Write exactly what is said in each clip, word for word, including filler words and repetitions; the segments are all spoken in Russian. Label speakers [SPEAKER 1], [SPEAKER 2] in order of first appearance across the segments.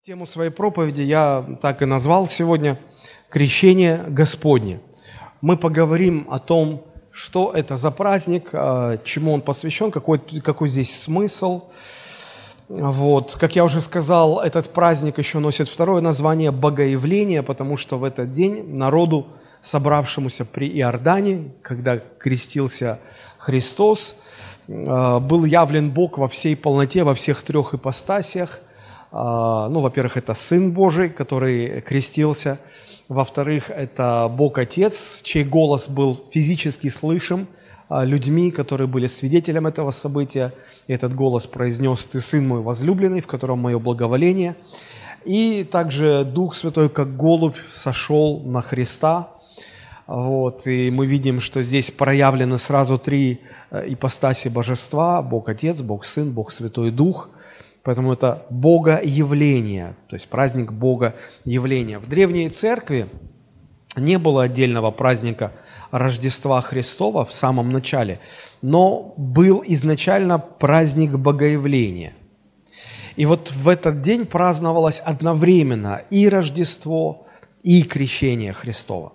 [SPEAKER 1] Тему своей проповеди я так и назвал сегодня «Крещение Господне». Мы поговорим о том, что это за праздник, чему он посвящен, какой, какой здесь смысл. Вот. Как я уже сказал, этот праздник еще носит второе название «Богоявление», потому что в этот день народу, собравшемуся при Иордане, когда крестился Христос, был явлен Бог во всей полноте, во всех трех ипостасиях. Ну, во-первых, это Сын Божий, который крестился. Во-вторых, это Бог Отец, чей голос был физически слышим людьми, которые были свидетелем этого события. И этот голос произнес: «Ты Сын мой возлюбленный, в котором мое благоволение». И также Дух Святой, как голубь, сошел на Христа. Вот, и мы видим, что здесь проявлены сразу три ипостаси божества: Бог Отец, Бог Сын, Бог Святой Дух. Поэтому это Богоявление, то есть праздник Богоявления. В Древней Церкви не было отдельного праздника Рождества Христова в самом начале, но был изначально праздник Богоявления. И вот в этот день праздновалось одновременно и Рождество, и Крещение Христово.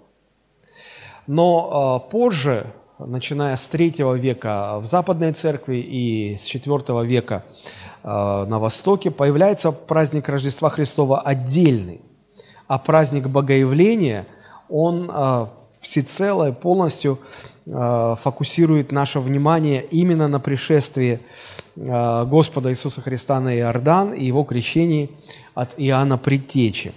[SPEAKER 1] Но э, позже, начиная с третьего века в Западной Церкви и с четвертого века на Востоке, появляется праздник Рождества Христова отдельный, а праздник Богоявления, он всецело и полностью фокусирует наше внимание именно на пришествии Господа Иисуса Христа на Иордан и Его крещении от Иоанна Предтечи.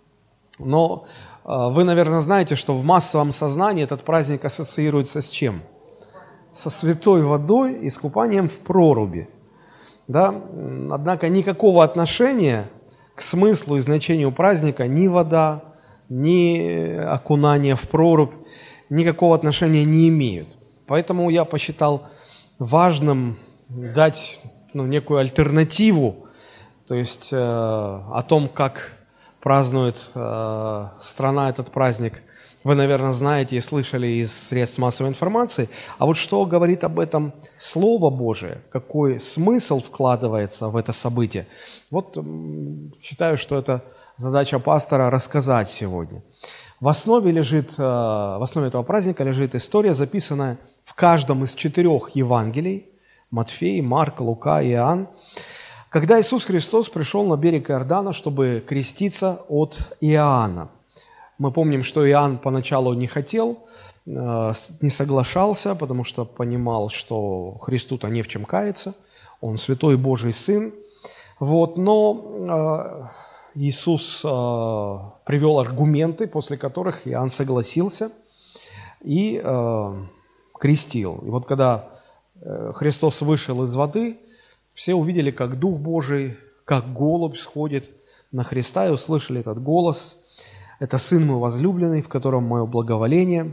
[SPEAKER 1] Но вы, наверное, знаете, что в массовом сознании этот праздник ассоциируется с чем? Со святой водой и с купанием в проруби. Да? Однако никакого отношения к смыслу и значению праздника ни вода, ни окунание в прорубь никакого отношения не имеют. Поэтому я посчитал важным дать ну, некую альтернативу, то есть э, о том, как празднует э, страна этот праздник. Вы, наверное, знаете и слышали из средств массовой информации. А вот что говорит об этом Слово Божие, какой смысл вкладывается в это событие? Вот считаю, что это задача пастора рассказать сегодня. В основе лежит, в основе этого праздника лежит история, записанная в каждом из четырех Евангелий: Матфей, Марк, Лука и Иоанн, когда Иисус Христос пришел на берег Иордана, чтобы креститься от Иоанна. Мы помним, что Иоанн поначалу не хотел, не соглашался, потому что понимал, что Христу-то не в чем каяться, он святой Божий Сын. Вот, но Иисус привел аргументы, после которых Иоанн согласился и крестил. И вот когда Христос вышел из воды, все увидели, как Дух Божий, как голубь сходит на Христа, и услышали этот голос: «Это Сын мой возлюбленный, в котором мое благоволение».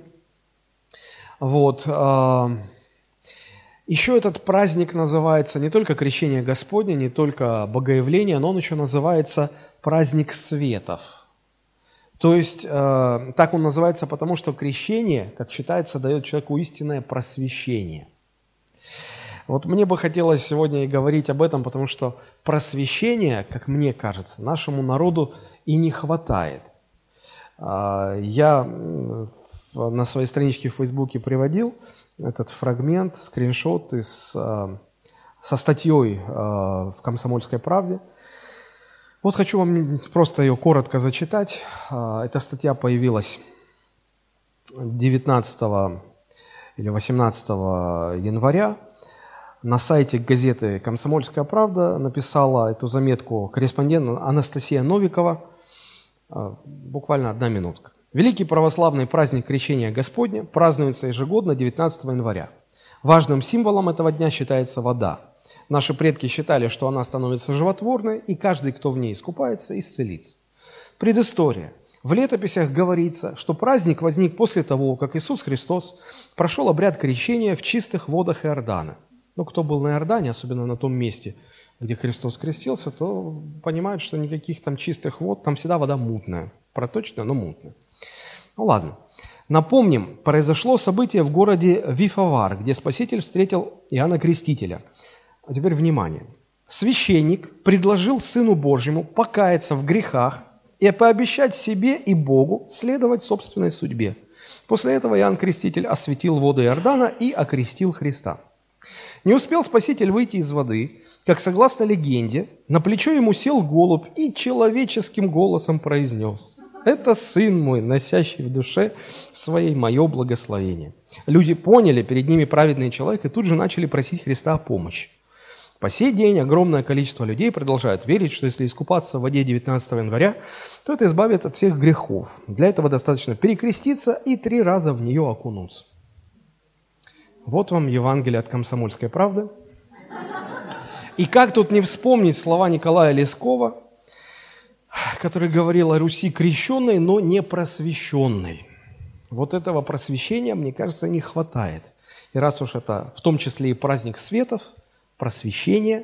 [SPEAKER 1] Вот. Еще этот праздник называется не только Крещение Господне, не только Богоявление, но он еще называется праздник светов. То есть так он называется, потому что крещение, как считается, дает человеку истинное просвещение. Вот мне бы хотелось сегодня и говорить об этом, потому что просвещения, как мне кажется, нашему народу и не хватает. Я на своей страничке в Фейсбуке приводил этот фрагмент, скриншот из, со статьей в «Комсомольской правде». Вот хочу вам просто ее коротко зачитать. Эта статья появилась девятнадцатого или восемнадцатого января. На сайте газеты «Комсомольская правда» написала эту заметку корреспондент Анастасия Новикова. Буквально одна минутка. Великий православный праздник Крещения Господня празднуется ежегодно девятнадцатого января. Важным символом этого дня считается вода. Наши предки считали, что она становится животворной, и каждый, кто в ней искупается, исцелится. Предыстория. В летописях говорится, что праздник возник после того, как Иисус Христос прошел обряд крещения в чистых водах Иордана. Ну, кто был на Иордане, особенно на том месте, где Христос крестился, то понимают, что никаких там чистых вод, там всегда вода мутная. Проточная, но мутная. Ну ладно. Напомним, произошло событие в городе Вифавар, где Спаситель встретил Иоанна Крестителя. А теперь внимание. священник предложил Сыну Божьему покаяться в грехах и пообещать себе и Богу следовать собственной судьбе. После этого Иоанн Креститель осветил воды Иордана и окрестил Христа. Не успел Спаситель выйти из воды, как, согласно легенде, на плечо ему сел голубь и человеческим голосом произнес: «Это Сын мой, носящий в душе своей мое благословение». Люди поняли, перед ними праведный человек, и тут же начали просить Христа о помощи. По сей день огромное количество людей продолжают верить, что если искупаться в воде девятнадцатого января, то это избавит от всех грехов. Для этого достаточно перекреститься и три раза в нее окунуться. Вот вам Евангелие от Комсомольской правды. И как тут не вспомнить слова Николая Лескова, который говорил о Руси крещенной, но не просвещенной. Вот этого просвещения, мне кажется, не хватает. И раз уж это в том числе и праздник светов, просвещение,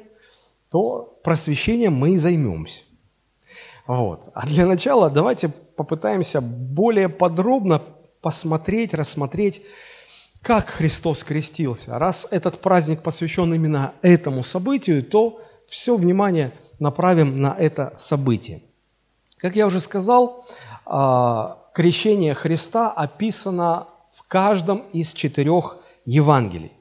[SPEAKER 1] то просвещением мы и займемся. Вот. А для начала давайте попытаемся более подробно посмотреть, рассмотреть, как Христос крестился. Раз этот праздник посвящен именно этому событию, то все внимание направим на это событие. Как я уже сказал, крещение Христа описано в каждом из четырех Евангелий.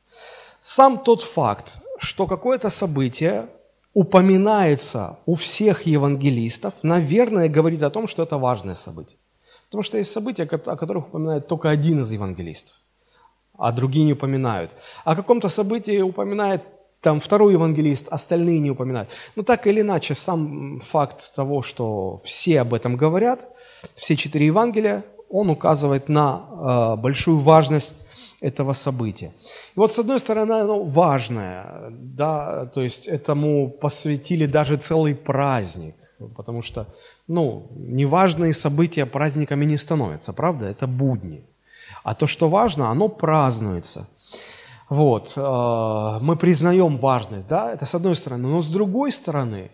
[SPEAKER 1] Сам тот факт, что какое-то событие упоминается у всех евангелистов, наверное, говорит о том, что это важное событие. Потому что есть события, о которых упоминает только один из евангелистов, а другие не упоминают. О каком-то событии упоминает там второй евангелист, остальные не упоминают. Но так или иначе, сам факт того, что все об этом говорят, все четыре Евангелия, он указывает на э, большую важность этого события. И вот с одной стороны, оно важное, да, то есть этому посвятили даже целый праздник, потому что, ну, неважные события праздниками не становятся, правда? Это будни. А то, что важно, оно празднуется. Вот, э, мы признаем важность, да, это с одной стороны, но с другой стороны,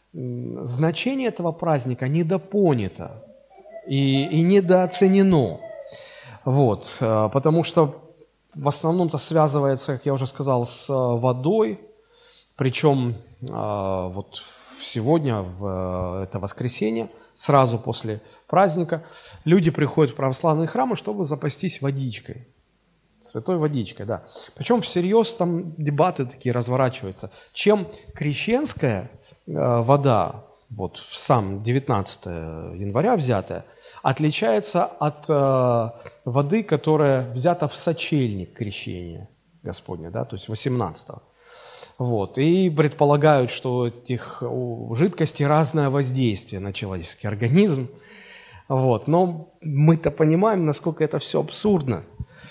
[SPEAKER 1] значение этого праздника недопонято и, и недооценено. Вот, э, потому что в основном-то связывается, как я уже сказал, с водой, причем э, вот сегодня, в это воскресенье, сразу после праздника, люди приходят в православные храмы, чтобы запастись водичкой, святой водичкой, да. Причем всерьез там дебаты такие разворачиваются. Чем крещенская э, вода, вот в сам девятнадцатого января взятая, отличается от э, воды, которая взята в сочельник крещения Господня, да, то есть восемнадцатого. Вот. И предполагают, что у этих у жидкостей разное воздействие на человеческий организм. Вот. Но мы-то понимаем, насколько это все абсурдно.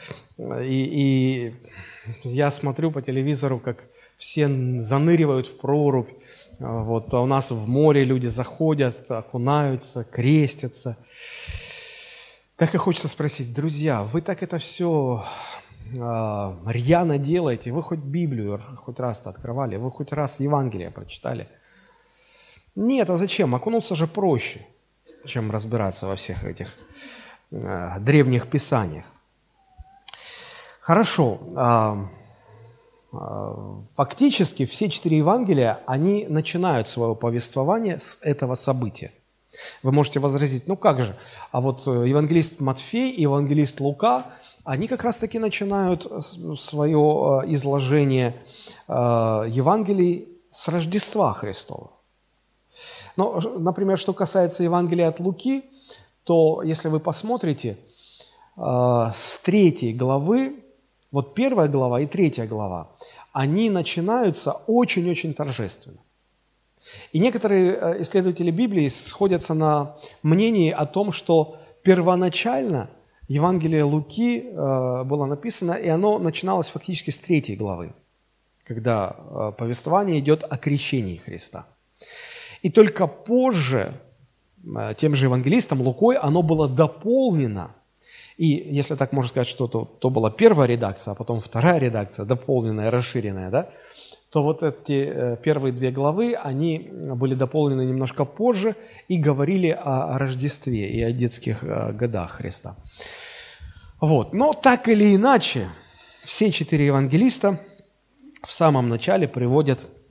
[SPEAKER 1] И, и я смотрю по телевизору, как все заныривают в прорубь. Вот. А у нас в море люди заходят, окунаются, крестятся. Так и хочется спросить: друзья, вы так это все э, рьяно делаете? Вы хоть Библию хоть раз-то открывали? Вы хоть раз Евангелие прочитали? Нет, а зачем? Окунуться же проще, чем разбираться во всех этих э, древних писаниях. Хорошо. Э, э, фактически все четыре Евангелия, они начинают свое повествование с этого события. Вы можете возразить: ну как же, а вот евангелист Матфей и евангелист Лука, они как раз-таки начинают свое изложение Евангелий с Рождества Христова. Но, например, что касается Евангелия от Луки, то если вы посмотрите, с третьей главы, вот первая глава и третья глава, они начинаются очень-очень торжественно. И некоторые исследователи Библии сходятся на мнении о том, что первоначально Евангелие Луки э, было написано, и оно начиналось фактически с третьей главы, когда э, повествование идет о крещении Христа. И только позже, э, тем же евангелистом Лукой, оно было дополнено. И если так можно сказать, что то, то была первая редакция, а потом вторая редакция, дополненная, расширенная, да, то вот эти первые две главы, они были дополнены немножко позже и говорили о Рождестве и о детских годах Христа. Вот. Но так или иначе, все четыре евангелиста в самом начале приводят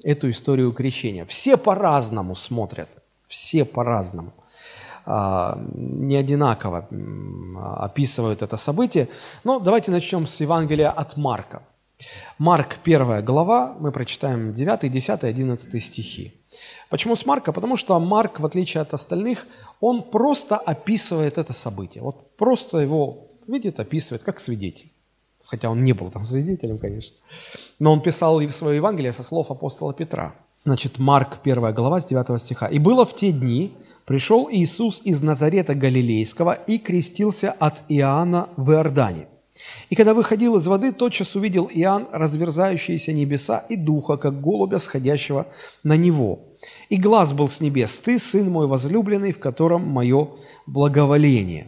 [SPEAKER 1] эту историю крещения. Все по-разному смотрят, все по-разному, не одинаково описывают это событие. Но давайте начнем с Евангелия от Марка. Марк, первая глава, мы прочитаем девятый, десятый, одиннадцатый стихи. Почему с Марка? Потому что Марк, в отличие от остальных, он просто описывает это событие. Вот просто его видит, описывает, как свидетель. Хотя он не был там свидетелем, конечно. Но он писал и в свое Евангелие со слов апостола Петра. Значит, Марк, первая глава, с девятого стиха. «И было в те дни, пришел Иисус из Назарета Галилейского и крестился от Иоанна в Иордане. И когда выходил из воды, тотчас увидел Иоанн разверзающиеся небеса и духа, как голубя, сходящего на него. И глас был с небес: Ты, Сын мой возлюбленный, в котором мое благоволение».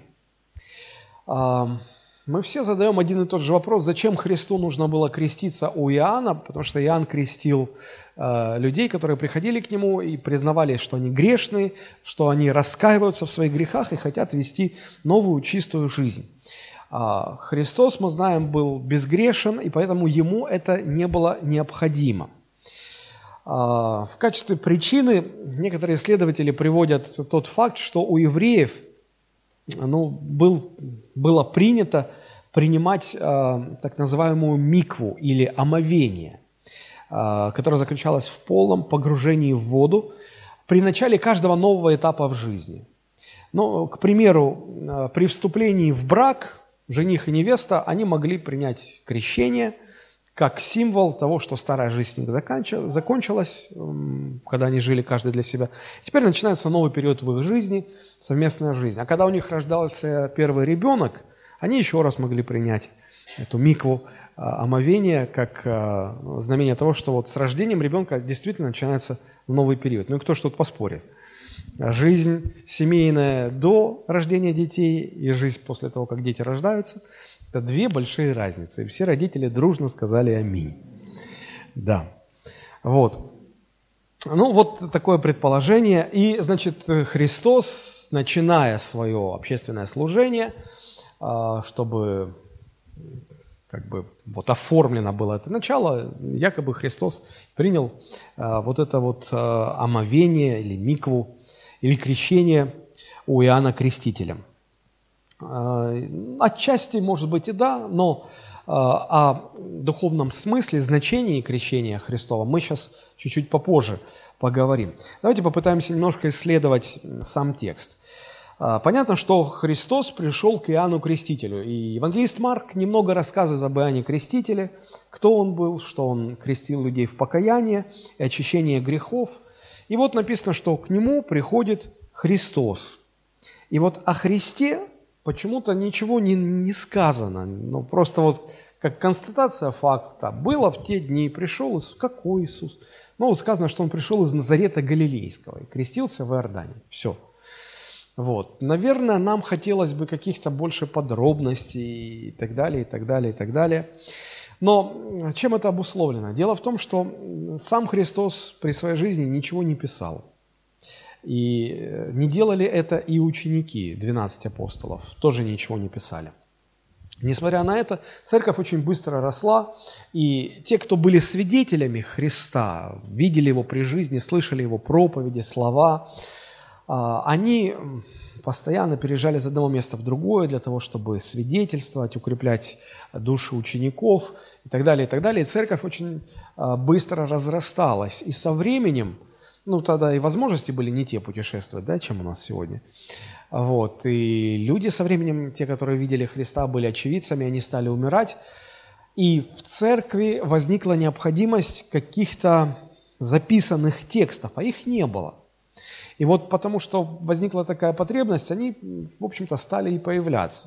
[SPEAKER 1] Мы все задаем один и тот же вопрос: зачем Христу нужно было креститься у Иоанна? Потому что Иоанн крестил э, людей, которые приходили к нему и признавали, что они грешные, что они раскаиваются в своих грехах и хотят вести новую чистую жизнь. А Христос, мы знаем, был безгрешен, и поэтому ему это не было необходимо. А в качестве причины некоторые исследователи приводят тот факт, что у евреев Ну, был, было принято принимать э, так называемую микву или омовение, э, которое заключалось в полном погружении в воду при начале каждого нового этапа в жизни. Ну, к примеру, э, при вступлении в брак жених и невеста, они могли принять крещение как символ того, что старая жизнь закончилась, когда они жили каждый для себя. Теперь начинается новый период в их жизни, совместная жизнь. А когда у них рождался первый ребенок, они еще раз могли принять эту микву омовения как знамение того, что вот с рождением ребенка действительно начинается новый период. Ну и кто ж тут поспорит? Жизнь семейная до рождения детей и жизнь после того, как дети рождаются – это две большие разницы. И все родители дружно сказали аминь. Да. Вот. Ну, вот такое предположение. И, значит, Христос, начиная свое общественное служение, чтобы как бы вот оформлено было это начало, якобы Христос принял вот это вот омовение или микву, или крещение у Иоанна Крестителя. Отчасти, может быть, и да, но о духовном смысле, значении крещения Христова мы сейчас чуть-чуть попозже поговорим. Давайте попытаемся немножко исследовать сам текст. Понятно, что Христос пришел к Иоанну Крестителю, и евангелист Марк немного рассказывает об Иоанне Крестителе, кто он был, что он крестил людей в покаяние и очищение грехов. И вот написано, что к нему приходит Христос. И вот о Христе почему-то ничего не, не сказано, ну просто вот как констатация факта. Было в те дни, пришел Иисус. Какой Иисус? Ну, вот сказано, что он пришел из Назарета Галилейского и крестился в Иордане. Все. Вот. Наверное, нам хотелось бы каких-то больше подробностей и так далее, и так далее, и так далее. Но чем это обусловлено? Дело в том, что сам Христос при своей жизни ничего не писал. И не делали это и ученики, двенадцать апостолов, тоже ничего не писали. Несмотря на это, церковь очень быстро росла, и те, кто были свидетелями Христа, видели Его при жизни, слышали Его проповеди, слова, они постоянно переезжали из одного места в другое для того, чтобы свидетельствовать, укреплять души учеников и так далее, и так далее. И церковь очень быстро разрасталась, и со временем, ну, тогда и возможности были не те путешествовать, да, чем у нас сегодня. Вот. И люди со временем, те, которые видели Христа, были очевидцами, они стали умирать. И в церкви возникла необходимость каких-то записанных текстов, а их не было. И вот потому что возникла такая потребность, они, в общем-то, стали и появляться.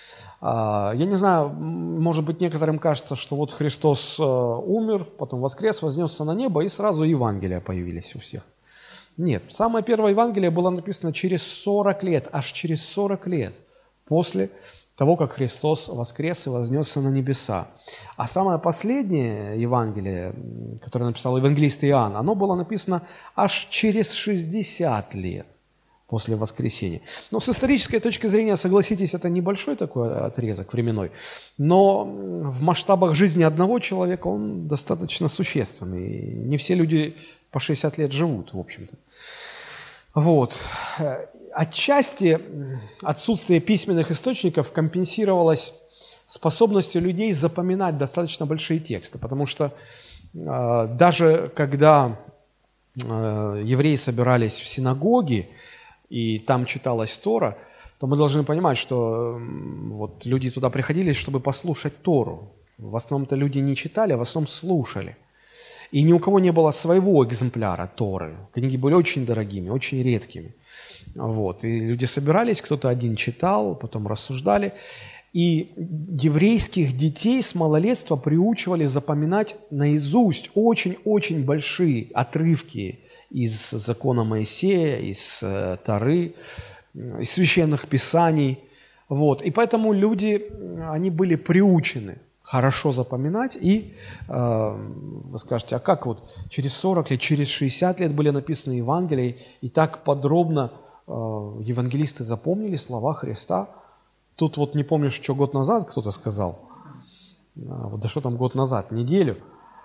[SPEAKER 1] Я не знаю, может быть, некоторым кажется, что вот Христос умер, потом воскрес, вознесся на небо, и сразу Евангелия появились у всех. Нет, самое первое Евангелие было написано через сорок лет, аж через сорок лет после того, как Христос воскрес и вознесся на небеса. А самое последнее Евангелие, которое написал евангелист Иоанн, оно было написано аж через шестьдесят лет после воскресения. Но с исторической точки зрения, согласитесь, это небольшой такой отрезок временной, но в масштабах жизни одного человека он достаточно существенный. И не все люди по шестьдесят лет живут, в общем-то. Вот. Отчасти отсутствие письменных источников компенсировалось способностью людей запоминать достаточно большие тексты, потому что э, даже когда э, евреи собирались в синагоге, и там читалась Тора, то мы должны понимать, что э, вот люди туда приходили, чтобы послушать Тору. В основном-то люди не читали, а в основном слушали. И ни у кого не было своего экземпляра Торы. Книги были очень дорогими, очень редкими. Вот. И люди собирались, кто-то один читал, потом рассуждали. И еврейских детей с малолетства приучивали запоминать наизусть очень-очень большие отрывки из закона Моисея, из э, Торы, из священных писаний. Вот. И поэтому люди, они были приучены хорошо запоминать. И э, вы скажете, а как вот через сорок лет, через шестьдесят лет были написаны Евангелия, и так подробно э, евангелисты запомнили слова Христа? Тут вот не помню, что год назад кто-то сказал, да что там год назад, неделю,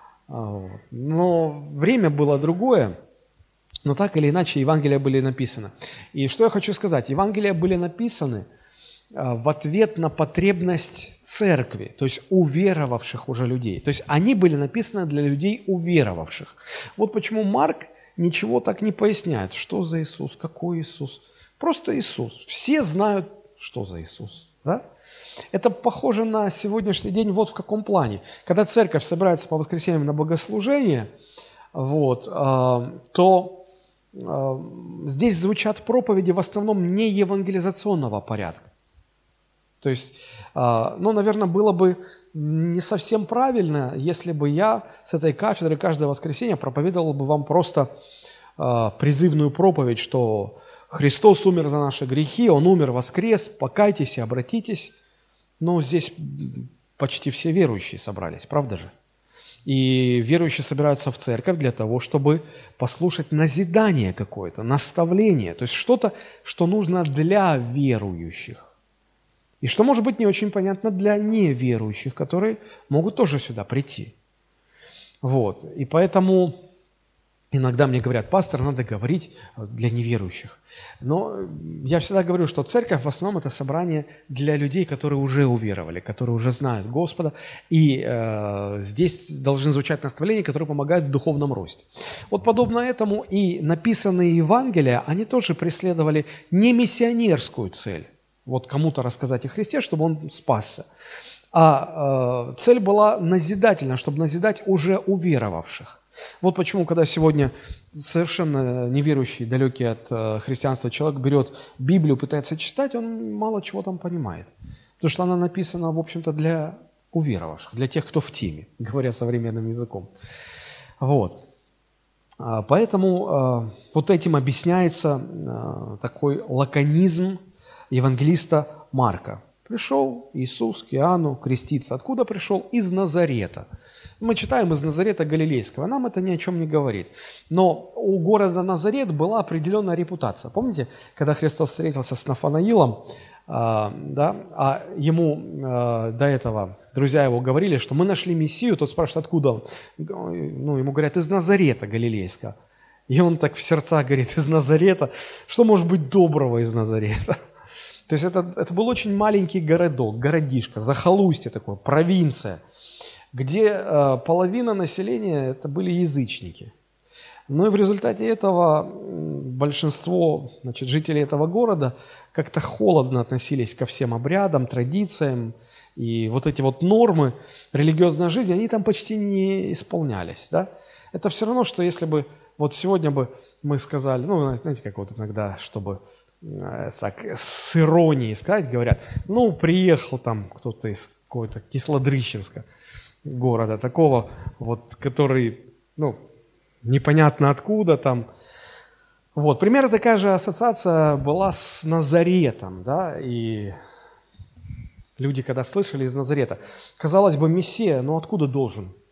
[SPEAKER 1] но время было другое, но так или иначе Евангелия были написаны. И что я хочу сказать, Евангелия были написаны в ответ на потребность церкви, то есть уверовавших уже людей. То есть они были написаны для людей уверовавших. Вот почему Марк ничего так не поясняет, что за Иисус, какой Иисус. Просто Иисус. Все знают, что за Иисус. Да? Это похоже на сегодняшний день вот в каком плане. Когда церковь собирается по воскресеньям на богослужение, вот, э, то э, здесь звучат проповеди в основном не евангелизационного порядка. То есть, э, ну, наверное, было бы не совсем правильно, если бы я с этой кафедры каждое воскресенье проповедовал бы вам просто э, призывную проповедь, что Христос умер за наши грехи, Он умер, воскрес, покайтесь и обратитесь. Но здесь почти все верующие собрались, правда же? И верующие собираются в церковь для того, чтобы послушать назидание какое-то, наставление, то есть что-то, что нужно для верующих. И что может быть не очень понятно для неверующих, которые могут тоже сюда прийти. Вот. И поэтому иногда мне говорят, пастор, надо говорить для неверующих. Но я всегда говорю, что церковь в основном это собрание для людей, которые уже уверовали, которые уже знают Господа. И э, здесь должны звучать наставления, которые помогают в духовном росте. Вот подобно этому и написанные Евангелия, они тоже преследовали не миссионерскую цель. Вот кому-то рассказать о Христе, чтобы он спасся. А э, цель была назидательна, чтобы назидать уже уверовавших. Вот почему, когда сегодня совершенно неверующий, далекий от э, христианства человек берет Библию, пытается читать, он мало чего там понимает. Потому что она написана, в общем-то, для уверовавших, для тех, кто в теме, говоря современным языком. Вот. А, поэтому э, вот этим объясняется э, такой лаконизм евангелиста Марка. Пришел Иисус к Иоанну креститься. Откуда пришел? Из Назарета. Мы читаем из Назарета Галилейского, нам это ни о чем не говорит. Но у города Назарет была определенная репутация. Помните, когда Христос встретился с Нафанаилом, э, да, а ему э, до этого друзья его говорили, что мы нашли Мессию, тот спрашивает, откуда он? Ну, ему говорят, из Назарета Галилейского. И он так в сердцах говорит, из Назарета, что может быть доброго из Назарета? То есть это, это был очень маленький городок, городишко, захолустье такое, провинция, где э, половина населения это были язычники. Ну и в результате этого большинство, значит, жителей этого города как-то холодно относились ко всем обрядам, традициям, и вот эти вот нормы религиозной жизни, они там почти не исполнялись. Да? Это все равно, что если бы вот сегодня бы мы сказали, ну, знаете, как вот иногда, чтобы э, так с иронией сказать, говорят, ну, приехал там кто-то из какого-то Кислодрыщенска, города такого, вот, который, ну, непонятно откуда там. Вот, примерно такая же ассоциация была с Назаретом, да, и люди, когда слышали из Назарета, казалось бы, Мессия, ну, откуда должен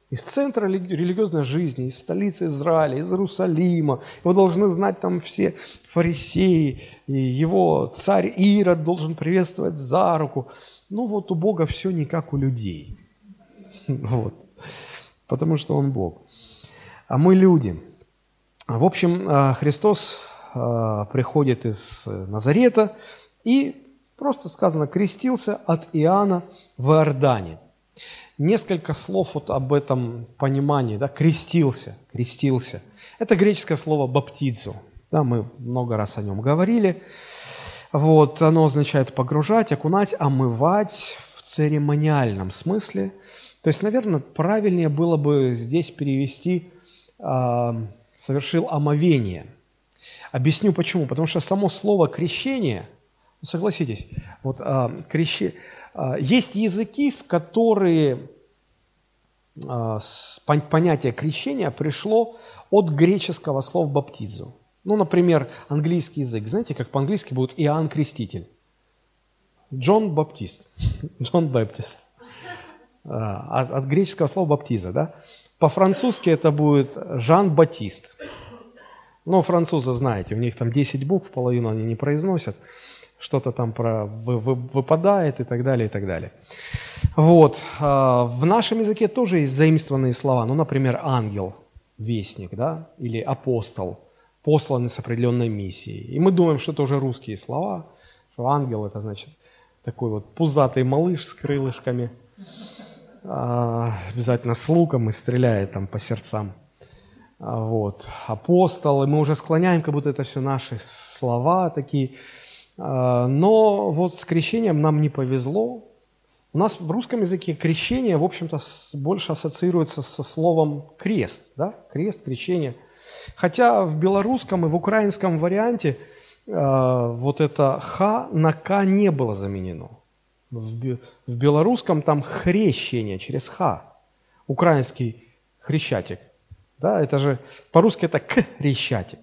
[SPEAKER 1] из центра религиозной жизни, из столицы Израиля, из Иерусалима. Его должны знать там все фарисеи, и его царь Ирод должен приветствовать за руку. Ну вот у Бога все не как у людей. Вот. Потому что Он Бог. А мы люди. В общем, Христос приходит из Назарета и, просто сказано, крестился от Иоанна в Иордане. Несколько слов вот об этом понимании, да, крестился, крестился. Это греческое слово «баптизо», да, мы много раз о нем говорили. Вот, оно означает погружать, окунать, омывать в церемониальном смысле. То есть, наверное, правильнее было бы здесь перевести э, «совершил омовение». Объясню почему. Потому что само слово «крещение», ну, согласитесь, вот э, крещение... Есть языки, в которые понятие крещения пришло от греческого слова «баптизо». Ну, например, английский язык. Знаете, как по-английски будет Иоанн Креститель? Джон Баптист. Джон Баптист. От, от греческого слова «баптиза», да? По-французски это будет Жан Батист. Ну, французы, знаете, у них там десять букв, половину они не произносят. Что-то там про выпадает и так далее, и так далее. Вот. В нашем языке тоже есть заимствованные слова. Ну, например, ангел, вестник, да, или апостол, посланный с определенной миссией. И мы думаем, что это уже русские слова, что ангел – это, значит, такой вот пузатый малыш с крылышками, обязательно с луком и стреляет там по сердцам. Вот. Апостол, и мы уже склоняем, как будто это все наши слова такие. Но вот с крещением нам не повезло. У нас в русском языке крещение, в общем-то, больше ассоциируется со словом «крест». Да? Крест, крещение. Хотя в белорусском и в украинском варианте э, вот это «ха» на «ка» не было заменено. В, в белорусском там «хрещение» через «ха». Украинский «хрещатик». Да? Это же по-русски это «к-хрещатик».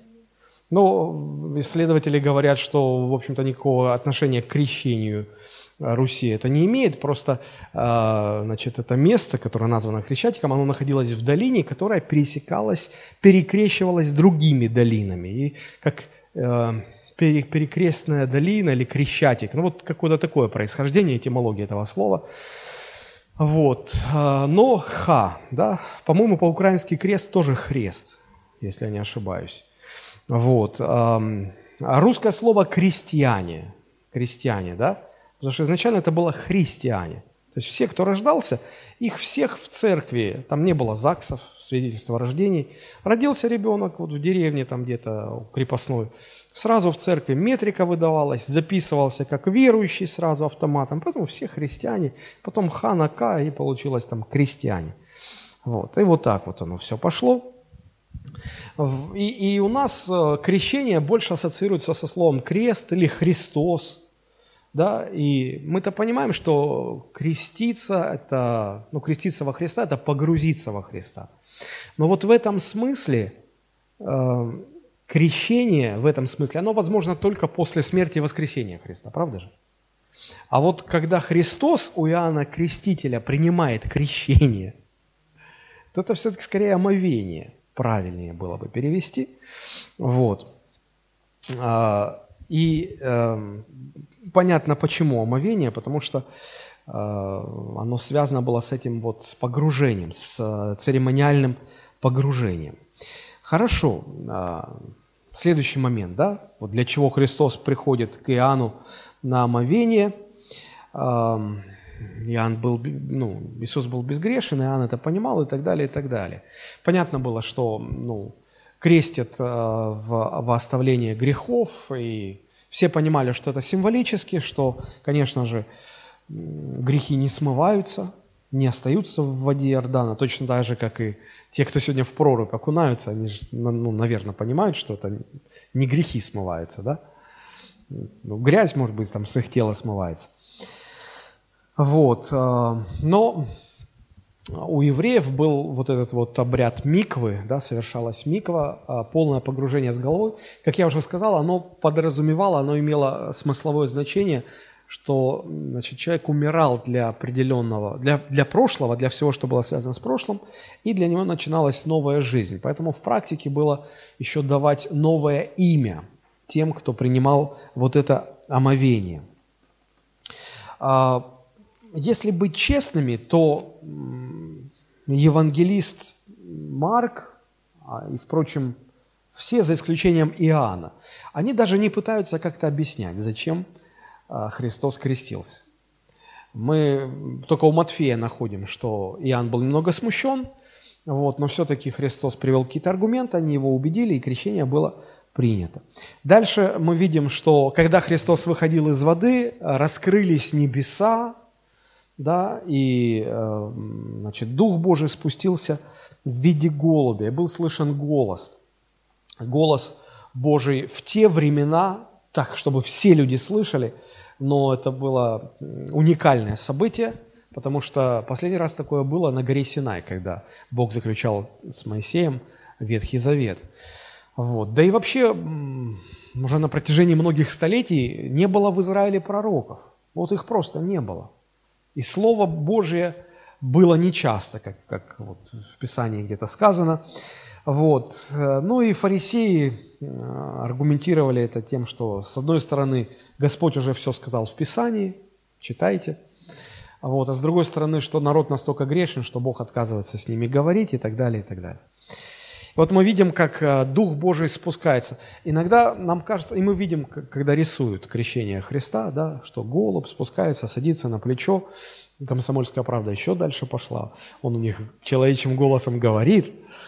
[SPEAKER 1] Но исследователи говорят, что, в общем-то, никакого отношения к крещению Руси это не имеет. Просто, значит, это место, которое названо Крещатиком, оно находилось в долине, которая пересекалась, перекрещивалась другими долинами. И как перекрестная долина или Крещатик. Ну, вот какое-то такое происхождение, этимология этого слова. Вот. Но ха, да, по-моему, по-украински крест тоже хрест, если я не ошибаюсь. Вот. А русское слово «крестьяне», крестьяне, да, потому что изначально это было «христиане». То есть все, кто рождался, их всех в церкви, там не было ЗАГСов, свидетельства о рождении. Родился ребенок вот в деревне там где-то крепостной, сразу в церкви метрика выдавалась, записывался как верующий сразу автоматом, поэтому все христиане, потом ха на ка, и получилось там крестьяне. Вот. И вот так вот оно все пошло. И, и у нас крещение больше ассоциируется со словом «крест» или «Христос». Да? И мы-то понимаем, что креститься, это, ну, креститься во Христа – это погрузиться во Христа. Но вот в этом смысле, э, крещение в этом смысле, оно возможно только после смерти и воскресения Христа, правда же? А вот когда Христос у Иоанна Крестителя принимает крещение, то это все-таки скорее омовение. Правильнее было бы перевести. Вот. И э, понятно, почему омовение, потому что э, оно связано было с этим вот, с погружением, с церемониальным погружением. Хорошо. Следующий момент, да? Вот для чего Христос приходит к Иоанну на омовение. Иоанн был, ну, Иисус был безгрешен, Иоанн это понимал и так далее, и так далее. Понятно было, что, ну, крестят э, в, в оставление грехов, и все понимали, что это символически, что, конечно же, грехи не смываются, не остаются в воде Иордана, точно так же, как и те, кто сегодня в прорубь окунаются, они же, ну, наверное, понимают, что это не грехи смываются, да? Ну, грязь, может быть, там с их тела смывается. Вот, но у евреев был вот этот вот обряд миквы, да, совершалась миква, полное погружение с головой. Как я уже сказал, оно подразумевало, оно имело смысловое значение что, значит, человек умирал для определенного, для, для прошлого, для всего, что было связано с прошлым, и для него начиналась новая жизнь. Поэтому в практике было еще давать новое имя тем, кто принимал вот это омовение. Если быть честными, то евангелист Марк, и, впрочем, все, за исключением Иоанна, они даже не пытаются как-то объяснять, зачем Христос крестился. Мы только у Матфея находим, что Иоанн был немного смущен, вот, но все-таки Христос привел какие-то аргументы, они его убедили, и крещение было принято. Дальше мы видим, что когда Христос выходил из воды, раскрылись небеса, да, и значит, Дух Божий спустился в виде голубя, и был слышен голос. Голос Божий в те времена, так, чтобы все люди слышали, но это было уникальное событие, потому что последний раз такое было на горе Синай, когда Бог заключал с Моисеем Ветхий Завет. Вот. Да и вообще, уже на протяжении многих столетий не было в Израиле пророков. Вот их просто не было. И Слово Божие было нечасто, как, как вот в Писании где-то сказано. Вот. Ну и фарисеи аргументировали это тем, что, с одной стороны, Господь уже все сказал в Писании, читайте, вот, а с другой стороны, что народ настолько грешен, что Бог отказывается с ними говорить и так далее, и так далее. Вот мы видим, как Дух Божий спускается. Иногда нам кажется, и мы видим, когда рисуют крещение Христа, да, что голубь спускается, садится на плечо. Комсомольская правда еще дальше пошла. Он у них человечьим голосом говорит.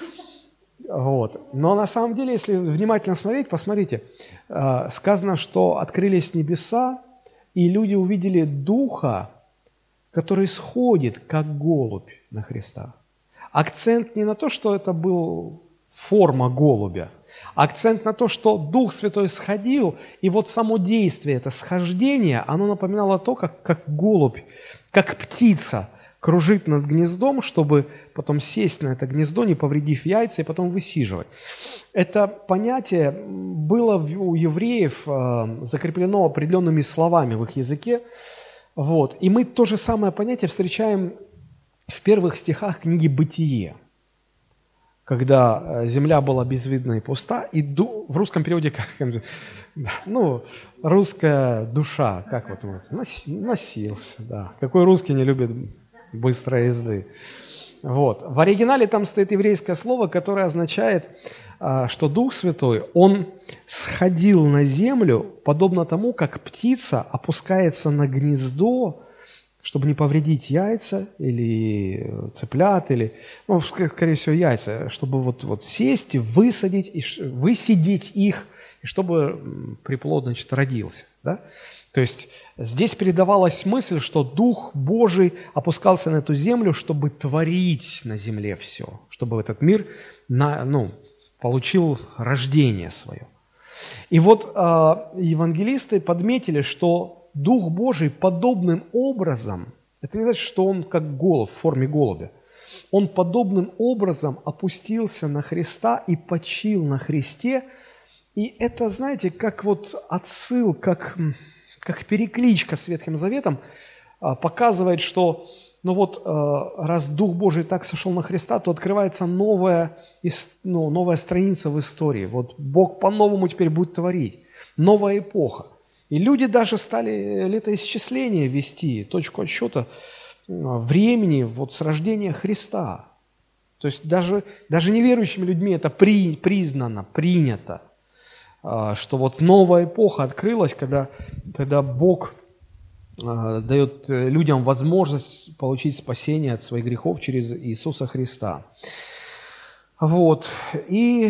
[SPEAKER 1] Вот. Но на самом деле, если внимательно смотреть, посмотрите, сказано, что открылись небеса, и люди увидели Духа, который сходит, как голубь на Христа. Акцент не на то, что это был форма голубя. Акцент на то, что Дух Святой сходил, и вот само действие, это схождение, оно напоминало то, как, как голубь, как птица кружит над гнездом, чтобы потом сесть на это гнездо, не повредив яйца, и потом высиживать. Это понятие было у евреев закреплено определенными словами в их языке. Вот. И мы то же самое понятие встречаем в первых стихах книги «Бытие», когда земля была безвидна и пуста, и ду... в русском переводе, как, ну, русская душа, как вот, носился, да. Какой русский не любит быстрой езды? Вот. В оригинале там стоит еврейское слово, которое означает, что Дух Святой, Он сходил на землю, подобно тому, как птица опускается на гнездо, чтобы не повредить яйца или цыплят, или, ну, скорее всего, яйца, чтобы вот, вот сесть, высадить, и высидеть их, и чтобы приплод, значит, родился. Да? То есть здесь передавалась мысль, что Дух Божий опускался на эту землю, чтобы творить на земле все, чтобы этот мир на, ну, получил рождение свое. И вот э, евангелисты подметили, что Дух Божий подобным образом, это не значит, что Он как голубь, в форме голубя, Он подобным образом опустился на Христа и почил на Христе. И это, знаете, как вот отсыл, как, как перекличка с Ветхим Заветом показывает, что ну вот, раз Дух Божий так сошел на Христа, то открывается новая, ну, новая страница в истории. Вот Бог по-новому теперь будет творить. Новая эпоха. И люди даже стали летоисчисление вести, точку отсчета времени вот с рождения Христа. То есть даже, даже неверующими людьми это при, признано, принято, что вот новая эпоха открылась, когда, когда Бог дает людям возможность получить спасение от своих грехов через Иисуса Христа. Вот. И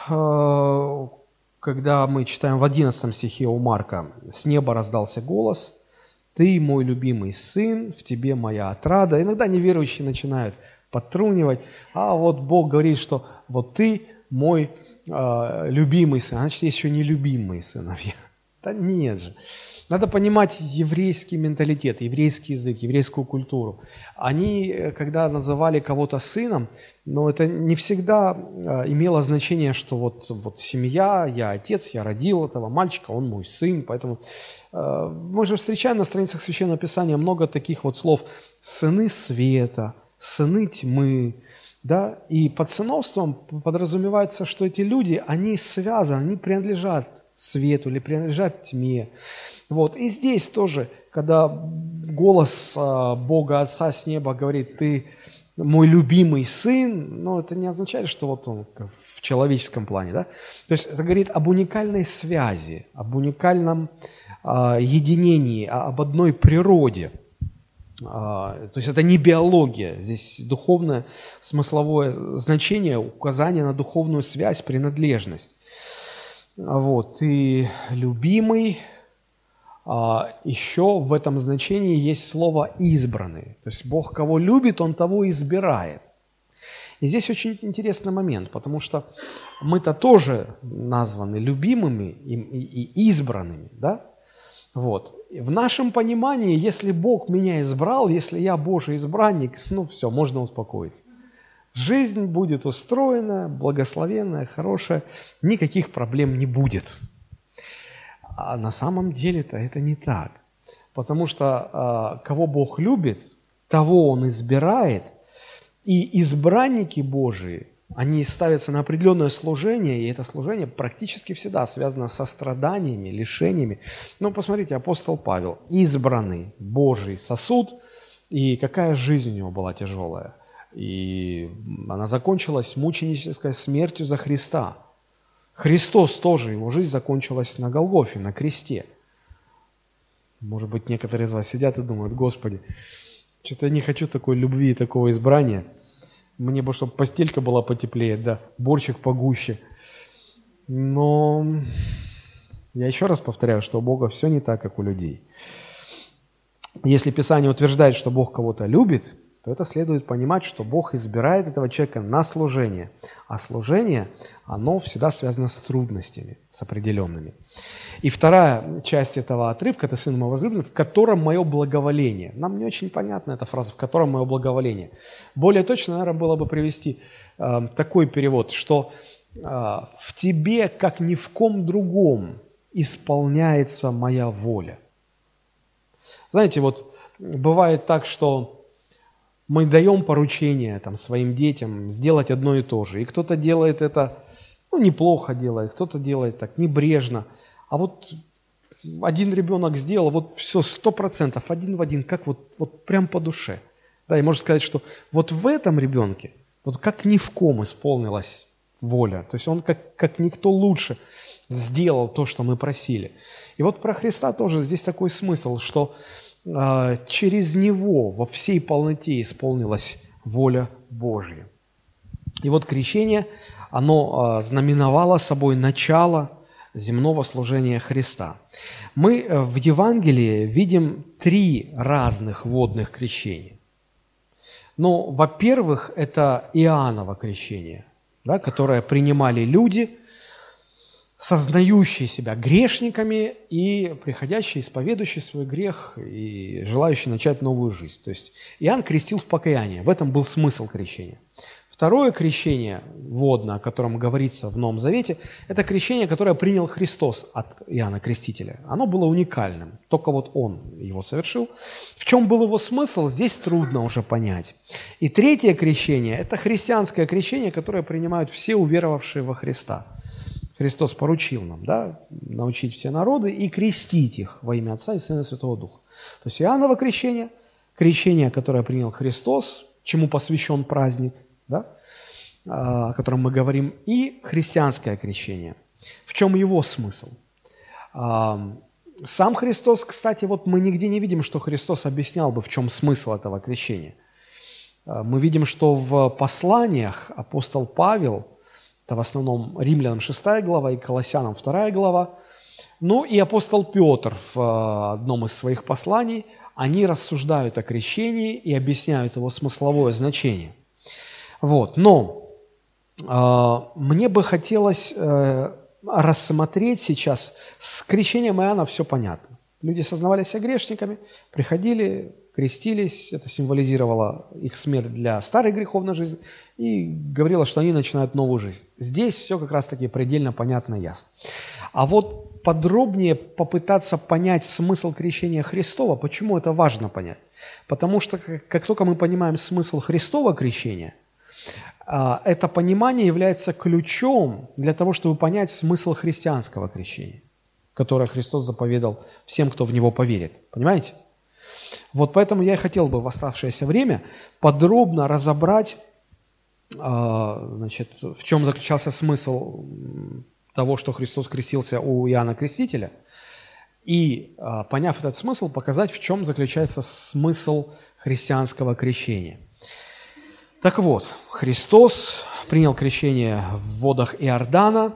[SPEAKER 1] когда мы читаем в одиннадцатом стихе у Марка, «С неба раздался голос, ты мой любимый сын, в тебе моя отрада». Иногда неверующие начинают подтрунивать, а вот Бог говорит, что вот ты мой э, любимый сын, а значит, есть еще нелюбимые сыновья. Да нет же. Надо понимать еврейский менталитет, еврейский язык, еврейскую культуру. Они, когда называли кого-то сыном, но это не всегда имело значение, что вот, вот семья, я отец, я родил этого мальчика, он мой сын. Поэтому э, мы же встречаем на страницах Священного Писания много таких вот слов: сыны света, сыны тьмы. Да? И под сыновством подразумевается, что эти люди, они связаны, они принадлежат свету или принадлежат тьме. Вот. И здесь тоже, когда голос а, Бога Отца с неба говорит: «Ты мой любимый сын», но это не означает, что вот он в человеческом плане. Да? То есть это говорит об уникальной связи, об уникальном а, единении, об одной природе. А, то есть это не биология, здесь духовное смысловое значение, указание на духовную связь, принадлежность. Вот. И любимый. А еще в этом значении есть слово «избранный». То есть Бог кого любит, Он того избирает. И здесь очень интересный момент, потому что мы-то тоже названы любимыми и, и, и избранными. Да? Вот. И в нашем понимании, если Бог меня избрал, если я Божий избранник, ну все, можно успокоиться. Жизнь будет устроена, благословенная, хорошая, никаких проблем не будет. А на самом деле-то это не так. Потому что э, кого Бог любит, того Он избирает. И избранники Божии, они ставятся на определенное служение, и это служение практически всегда связано со страданиями, лишениями. Ну, посмотрите, апостол Павел, избранный Божий сосуд, и какая жизнь у него была тяжелая. И она закончилась мученической смертью за Христа. Христос тоже, его жизнь закончилась на Голгофе, на кресте. Может быть, некоторые из вас сидят и думают: Господи, что-то я не хочу такой любви и такого избрания. Мне бы, чтобы постелька была потеплее, да, борщик погуще. Но я еще раз повторяю, что у Бога все не так, как у людей. Если Писание утверждает, что Бог кого-то любит, то это следует понимать, что Бог избирает этого человека на служение. А служение, оно всегда связано с трудностями, с определенными. И вторая часть этого отрывка, это «Сын мой возлюбленный, в котором мое благоволение». Нам не очень понятна эта фраза «в котором мое благоволение». Более точно, наверное, было бы привести э, такой перевод, что э, «в тебе, как ни в ком другом, исполняется моя воля». Знаете, вот бывает так, что мы даем поручение там, своим детям сделать одно и то же. И кто-то делает это, ну, неплохо делает, кто-то делает так, небрежно. А вот один ребенок сделал, вот все, сто процентов, один в один, как вот, вот прям по душе. Да, и можно сказать, что вот в этом ребенке, вот как ни в ком исполнилась воля. То есть он как, как никто лучше сделал то, что мы просили. И вот про Христа тоже здесь такой смысл, что через Него во всей полноте исполнилась воля Божья. И вот крещение, оно знаменовало собой начало земного служения Христа. Мы в Евангелии видим три разных водных крещения. Ну, во-первых, это Иоанново крещение, да, которое принимали люди, сознающие себя грешниками и приходящие, исповедующие свой грех и желающие начать новую жизнь. То есть Иоанн крестил в покаяние. В этом был смысл крещения. Второе крещение водное, о котором говорится в Новом Завете, это крещение, которое принял Христос от Иоанна Крестителя. Оно было уникальным, только вот Он его совершил. В чем был его смысл, здесь трудно уже понять. И третье крещение – это христианское крещение, которое принимают все уверовавшие во Христа. Христос поручил нам, да, научить все народы и крестить их во имя Отца и Сына и Святого Духа. То есть Иоанново крещение, крещение, которое принял Христос, чему посвящен праздник, да, о котором мы говорим, и христианское крещение. В чем его смысл? Сам Христос, кстати, вот мы нигде не видим, что Христос объяснял бы, в чем смысл этого крещения. Мы видим, что в посланиях апостол Павел, это в основном Римлянам шестая глава и Колоссянам вторая глава, ну и апостол Петр в одном из своих посланий, они рассуждают о крещении и объясняют его смысловое значение. Вот. Но э, мне бы хотелось э, рассмотреть сейчас. С крещением Иоанна все понятно. Люди сознавали себя грешниками, приходили, крестились, это символизировало их смерть для старой греховной жизни и говорило, что они начинают новую жизнь. Здесь все как раз-таки предельно понятно и ясно. А вот подробнее попытаться понять смысл крещения Христова, почему это важно понять? Потому что как только мы понимаем смысл Христова крещения, это понимание является ключом для того, чтобы понять смысл христианского крещения, которое Христос заповедал всем, кто в Него поверит. Понимаете? Вот поэтому я и хотел бы в оставшееся время подробно разобрать, значит, в чем заключался смысл того, что Христос крестился у Иоанна Крестителя, и, поняв этот смысл, показать, в чем заключается смысл христианского крещения. Так вот, Христос принял крещение в водах Иордана.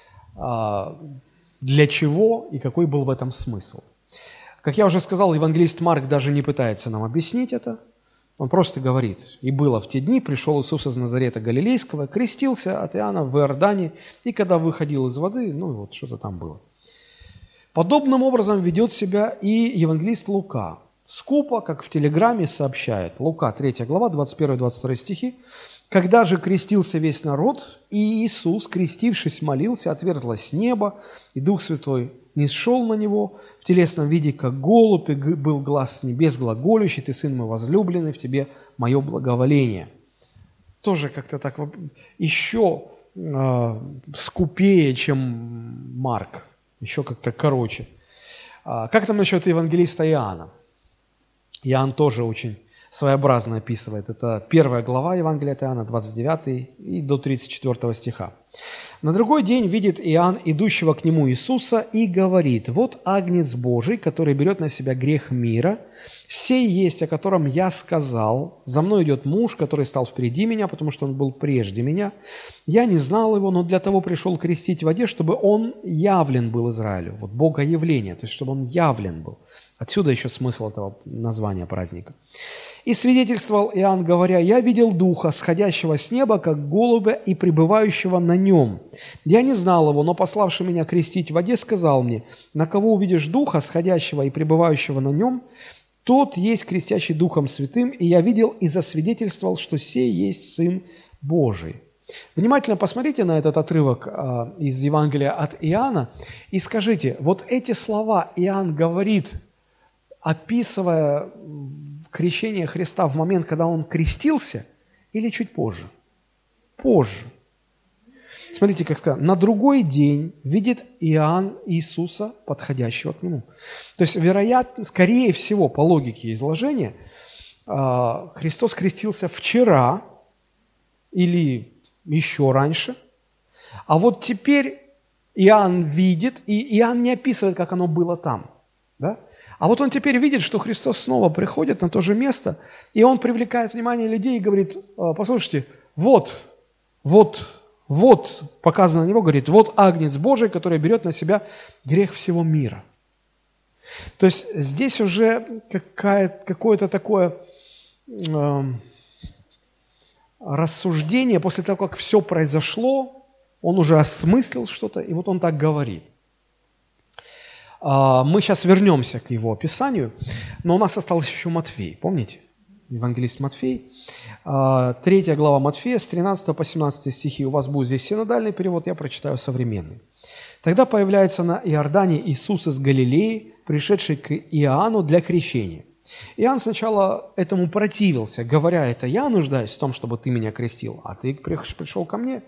[SPEAKER 1] Для чего и какой был в этом смысл? Как я уже сказал, евангелист Марк даже не пытается нам объяснить это. Он просто говорит: «И было в те дни, пришел Иисус из Назарета Галилейского, крестился от Иоанна в Иордане, и когда выходил из воды, ну вот что-то там было». Подобным образом ведет себя и евангелист Лука. Скупо, как в телеграмме, сообщает. Лука, третья глава, двадцать первый двадцать второй стихи. «Когда же крестился весь народ, и Иисус, крестившись, молился, отверзлось небо, и Дух Святой нисшел на Него в телесном виде, как голубь, и был глас с небес глаголющий: Ты, Сын мой возлюбленный, в Тебе мое благоволение». Тоже как-то так еще э, скупее, чем Марк, еще как-то короче. А как там насчет евангелиста Иоанна? Иоанн тоже очень своеобразно описывает. Это первая глава Евангелия от Иоанна, двадцать девятый и до тридцать четвёртого стиха. «На другой день видит Иоанн идущего к нему Иисуса и говорит: вот Агнец Божий, который берет на себя грех мира. Сей есть, о котором я сказал: за мной идет муж, который стал впереди меня, потому что он был прежде меня. Я не знал его, но для того пришел крестить в воде, чтобы он явлен был Израилю». Вот Богоявление, то есть чтобы он явлен был. Отсюда еще смысл этого названия праздника. «И свидетельствовал Иоанн, говоря: я видел Духа, сходящего с неба, как голубя, и пребывающего на нем. Я не знал его, но пославший меня крестить в воде сказал мне: на кого увидишь Духа, сходящего и пребывающего на нем, тот есть крестящий Духом Святым, и я видел и засвидетельствовал, что сей есть Сын Божий». Внимательно посмотрите на этот отрывок а, из Евангелия от Иоанна и скажите, вот эти слова Иоанн говорит, описывая крещение Христа в момент, когда Он крестился, или чуть позже? Позже. Смотрите, как сказано, на другой день видит Иоанн Иисуса, подходящего к Нему. То есть, вероятно, скорее всего, по логике изложения, Христос крестился вчера или еще раньше, а вот теперь Иоанн видит, и Иоанн не описывает, как оно было там, да? А вот он теперь видит, что Христос снова приходит на то же место, и он привлекает внимание людей и говорит: послушайте, вот, вот, вот, показано на него, говорит, вот Агнец Божий, который берет на себя грех всего мира. То есть здесь уже какое-то такое э, рассуждение, после того, как все произошло, он уже осмыслил что-то, и вот он так говорит. Мы сейчас вернемся к его описанию, но у нас осталось еще Матфей, помните? Евангелист Матфей. Третья глава Матфея, с тринадцатого по семнадцатый стихи. У вас будет здесь синодальный перевод, я прочитаю современный. «Тогда появляется на Иордане Иисус из Галилеи, пришедший к Иоанну для крещения. Иоанн сначала этому противился, говоря: это я нуждаюсь в том, чтобы ты меня крестил, а ты пришел ко мне».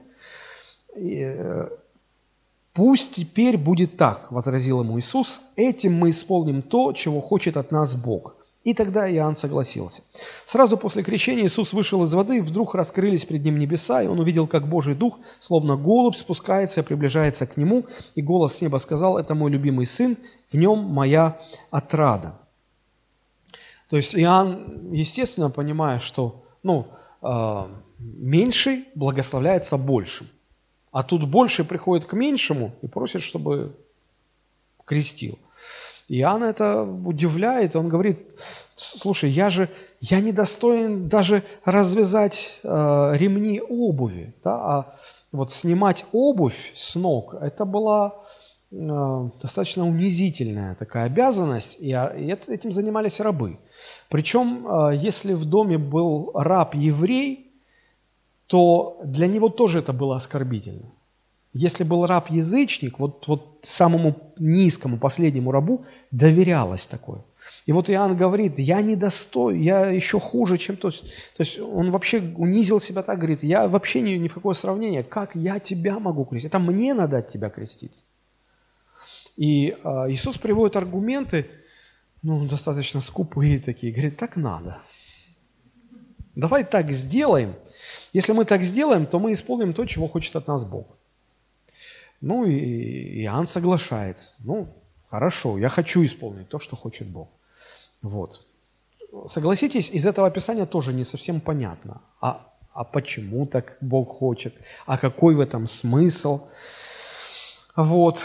[SPEAKER 1] «Пусть теперь будет так, – возразил ему Иисус, – этим мы исполним то, чего хочет от нас Бог». И тогда Иоанн согласился. Сразу после крещения Иисус вышел из воды, и вдруг раскрылись пред ним небеса, и он увидел, как Божий Дух, словно голубь, спускается и приближается к нему, и голос с неба сказал: «Это мой любимый Сын, в нем моя отрада». То есть Иоанн, естественно, понимая, что ну, э, меньший благословляется большим. А тут больше приходит к меньшему и просит, чтобы крестил. Иоанна это удивляет, он говорит: слушай, я же, я не достоин даже развязать э, ремни обуви, да, а вот снимать обувь с ног, это была э, достаточно унизительная такая обязанность, и, и это, этим занимались рабы. Причем, э, если в доме был раб-еврей, то для него тоже это было оскорбительно. Если был раб-язычник, вот, вот самому низкому, последнему рабу доверялось такое. И вот Иоанн говорит, я недостоин, я еще хуже, чем то. То есть он вообще унизил себя так, говорит, я вообще ни, ни в какое сравнение, как я тебя могу крестить? Это мне надо от тебя креститься. И а, Иисус приводит аргументы, ну, достаточно скупые такие, говорит, так надо. Давай так сделаем. Если мы так сделаем, то мы исполним то, чего хочет от нас Бог. Ну и Иоанн соглашается. Ну, хорошо, я хочу исполнить то, что хочет Бог. Вот. Согласитесь, из этого описания тоже не совсем понятно. А, а почему так Бог хочет? А какой в этом смысл? Вот.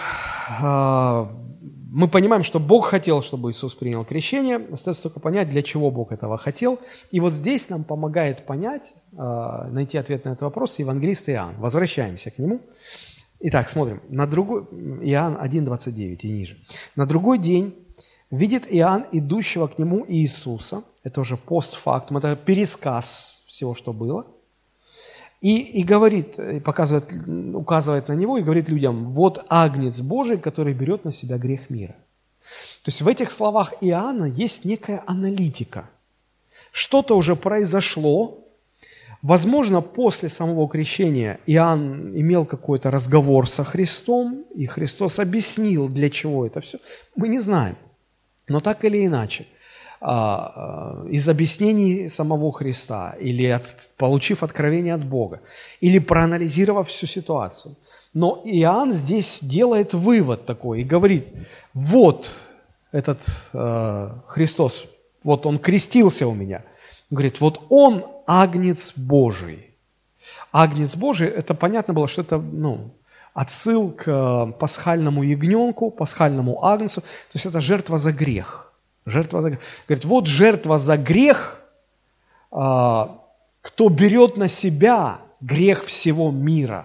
[SPEAKER 1] Мы понимаем, что Бог хотел, чтобы Иисус принял крещение. Остается только понять, для чего Бог этого хотел. И вот здесь нам помогает понять, найти ответ на этот вопрос евангелист Иоанн. Возвращаемся к нему. Итак, смотрим. На другой, Иоанн один, двадцать девять и ниже. «На другой день видит Иоанн идущего к нему Иисуса». Это уже постфактум, это пересказ всего, что было. И, и говорит, и показывает, указывает на него и говорит людям, вот Агнец Божий, который берет на себя грех мира. То есть в этих словах Иоанна есть некая аналитика. Что-то уже произошло. Возможно, после самого крещения Иоанн имел какой-то разговор со Христом, и Христос объяснил, для чего это все. Мы не знаем. Но так или иначе, из объяснений самого Христа, или от, получив откровение от Бога, или проанализировав всю ситуацию. Но Иоанн здесь делает вывод такой и говорит, вот этот э, Христос, вот он крестился у меня. Он говорит, вот он Агнец Божий. Агнец Божий, это понятно было, что это ну, отсыл к пасхальному ягненку, пасхальному агнцу, то есть это жертва за грех. Жертва за грех. Говорит, вот жертва за грех, а, кто берет на себя грех всего мира.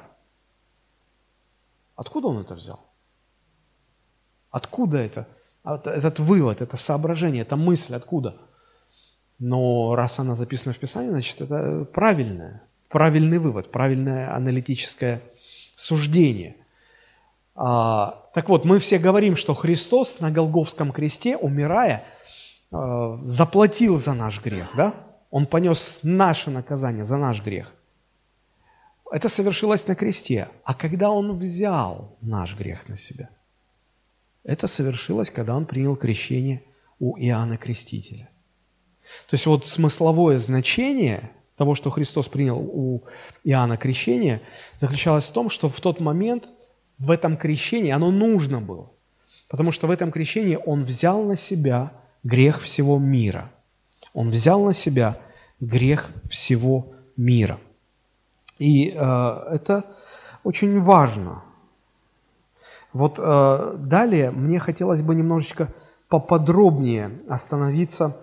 [SPEAKER 1] Откуда он это взял? Откуда это? Этот вывод, это соображение, эта мысль, откуда? Но раз она записана в Писании, значит, это правильное, правильный вывод, правильное аналитическое суждение. А, так вот, мы все говорим, что Христос на Голгофском кресте, умирая, а, заплатил за наш грех, да? Он понес наше наказание за наш грех. Это совершилось на кресте. А когда Он взял наш грех на себя? Это совершилось, когда Он принял крещение у Иоанна Крестителя. То есть вот смысловое значение того, что Христос принял у Иоанна крещение, заключалось в том, что в тот момент в этом крещении оно нужно было, потому что в этом крещении Он взял на себя грех всего мира. Он взял на себя грех всего мира. И э, это очень важно. Вот э, далее мне хотелось бы немножечко поподробнее остановиться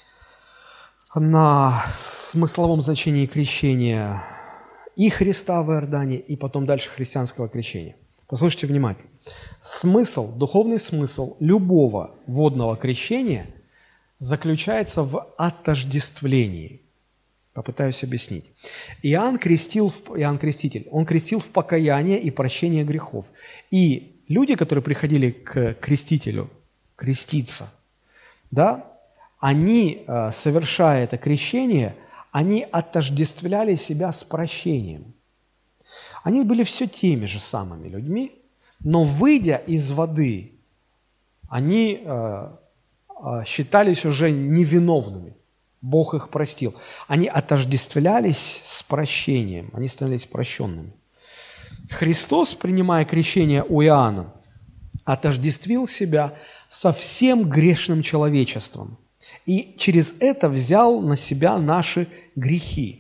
[SPEAKER 1] на смысловом значении крещения и Христа в Иордане, и потом дальше христианского крещения. Послушайте внимательно. Смысл, духовный смысл любого водного крещения заключается в отождествлении. Попытаюсь объяснить. Иоанн крестил, Иоанн Креститель, он крестил в покаяние и прощение грехов. И люди, которые приходили к крестителю креститься, да, они, совершая это крещение, они отождествляли себя с прощением. Они были все теми же самыми людьми, но, выйдя из воды, они э, э, считались уже невиновными. Бог их простил. Они отождествлялись с прощением, они становились прощенными. Христос, принимая крещение у Иоанна, отождествил себя со всем грешным человечеством и через это взял на себя наши грехи.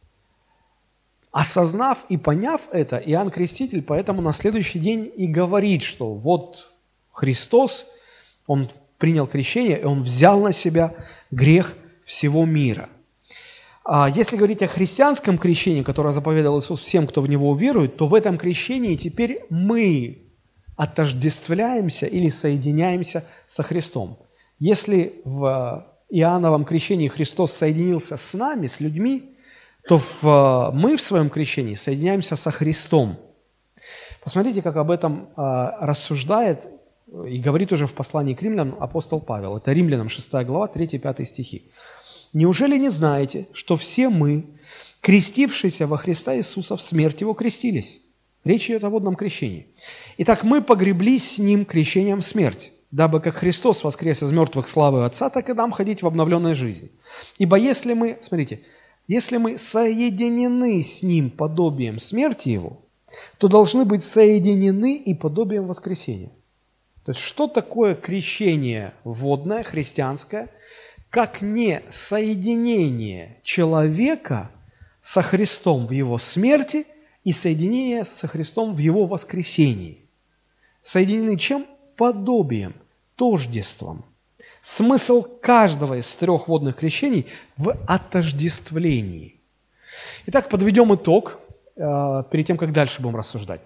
[SPEAKER 1] Осознав и поняв это, Иоанн Креститель поэтому на следующий день и говорит, что вот Христос, Он принял крещение, и Он взял на себя грех всего мира. А если говорить о христианском крещении, которое заповедал Иисус всем, кто в Него уверует, то в этом крещении теперь мы отождествляемся или соединяемся со Христом. Если в Иоанновом крещении Христос соединился с нами, с людьми, то в, мы в своем крещении соединяемся со Христом. Посмотрите, как об этом а, рассуждает и говорит уже в послании к римлянам апостол Павел. Это Римлянам шестая глава, третий-пятый стихи. «Неужели не знаете, что все мы, крестившиеся во Христа Иисуса, в смерть Его крестились?» Речь идет о водном крещении. «Итак, мы погреблись с Ним крещением в смерть, дабы как Христос воскрес из мертвых славы Отца, так и нам ходить в обновленной жизни. Ибо если мы, смотрите, если мы соединены с Ним подобием смерти Его, то должны быть соединены и подобием воскресения». То есть, что такое крещение водное, христианское, как не соединение человека со Христом в Его смерти и соединение со Христом в Его воскресении? Соединены чем? Подобием, тождеством. Смысл каждого из трех водных крещений в отождествлении. Итак, подведем итог, перед тем, как дальше будем рассуждать.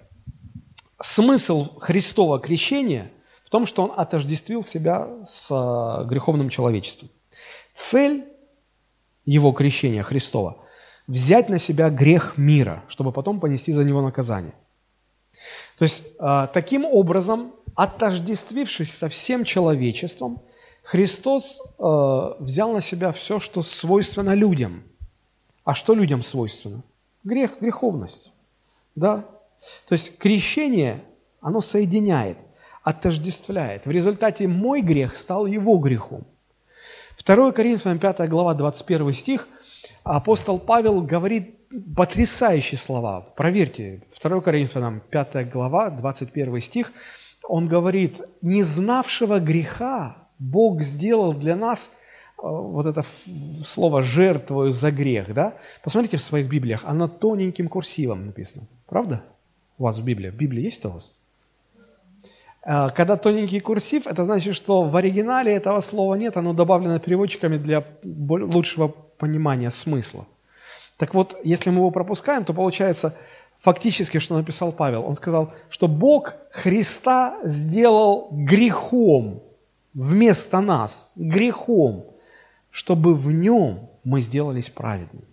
[SPEAKER 1] Смысл Христова крещения в том, что Он отождествил себя с греховным человечеством. Цель Его крещения Христова – взять на себя грех мира, чтобы потом понести за него наказание. То есть, таким образом, отождествившись со всем человечеством, Христос взял на себя все, что свойственно людям. А что людям свойственно? Грех, греховность. Да? То есть, крещение, оно соединяет, отождествляет. В результате мой грех стал Его грехом. второе Коринфянам пятая глава, двадцать первый стих, апостол Павел говорит потрясающие слова. Проверьте, второе Коринфянам пятая глава, двадцать первый стих, он говорит: «Не знавшего греха Бог сделал для нас», вот это слово «жертвою за грех», да? Посмотрите в своих Библиях, оно тоненьким курсивом написано. Правда? У вас в Библии? В Библии есть у вас? Когда тоненький курсив, это значит, что в оригинале этого слова нет, оно добавлено переводчиками для лучшего понимания смысла. Так вот, если мы его пропускаем, то получается фактически, что написал Павел. Он сказал, что Бог Христа сделал грехом вместо нас, грехом, чтобы в Нем мы сделались праведными.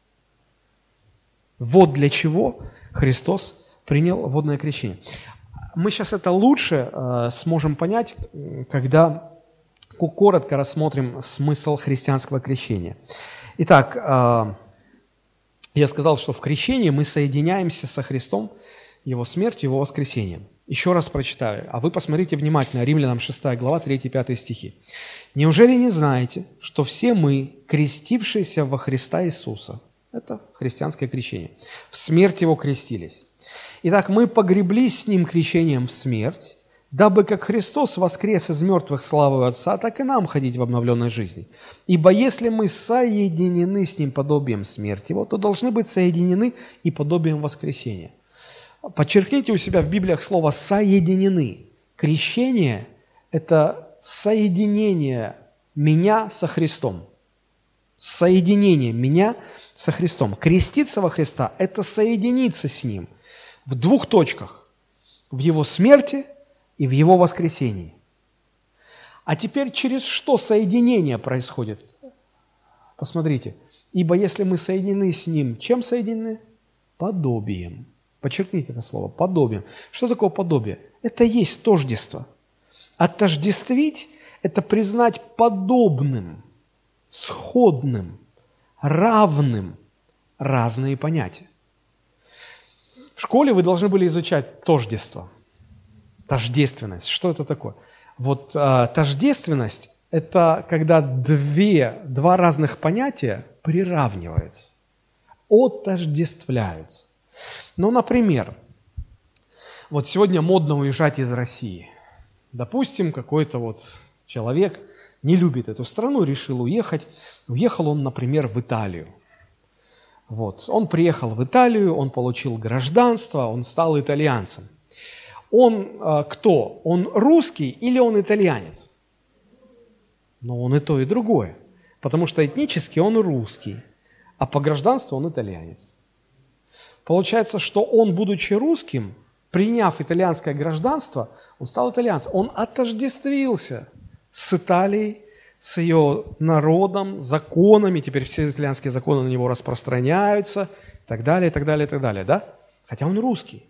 [SPEAKER 1] Вот для чего Христос принял водное крещение. Мы сейчас это лучше э, сможем понять, когда коротко рассмотрим смысл христианского крещения. Итак, э, я сказал, что в крещении мы соединяемся со Христом, Его смертью, Его воскресением. Еще раз прочитаю, а вы посмотрите внимательно, Римлянам шестая глава, третий-пятый стихи. «Неужели не знаете, что все мы, крестившиеся во Христа Иисуса», это христианское крещение, «в смерть Его крестились? Итак, мы погреблись с Ним крещением в смерть, дабы как Христос воскрес из мертвых славою Отца, так и нам ходить в обновленной жизни. Ибо если мы соединены с Ним подобием смерти Его, то должны быть соединены и подобием воскресения». Подчеркните у себя в Библиях слово «соединены». Крещение – это соединение меня со Христом. Соединение меня со Христом. Креститься во Христа – это соединиться с Ним в двух точках – в Его смерти и в Его воскресении. А теперь через что соединение происходит? Посмотрите. «Ибо если мы соединены с Ним», чем соединены? Подобием. Подчеркните это слово, подобием. Что такое подобие? Это есть тождество. Отождествить – это признать подобным, сходным, равным разные понятия. В школе вы должны были изучать тождество, тождественность. Что это такое? Вот а, тождественность – это когда две, два разных понятия приравниваются, отождествляются. Ну, например, вот сегодня модно уезжать из России. Допустим, какой-то вот человек не любит эту страну, решил уехать. Уехал он, например, в Италию. Вот. Он приехал в Италию, он получил гражданство, он стал итальянцем. Он э, кто? Он русский или он итальянец? Ну, он и то, и другое. Потому что этнически он русский, а по гражданству он итальянец. Получается, что он, будучи русским, приняв итальянское гражданство, он стал итальянцем. Он отождествился с Италией, с ее народом, законами. Теперь все итальянские законы на него распространяются, и так далее, и так далее, и так далее. Да? Хотя он русский.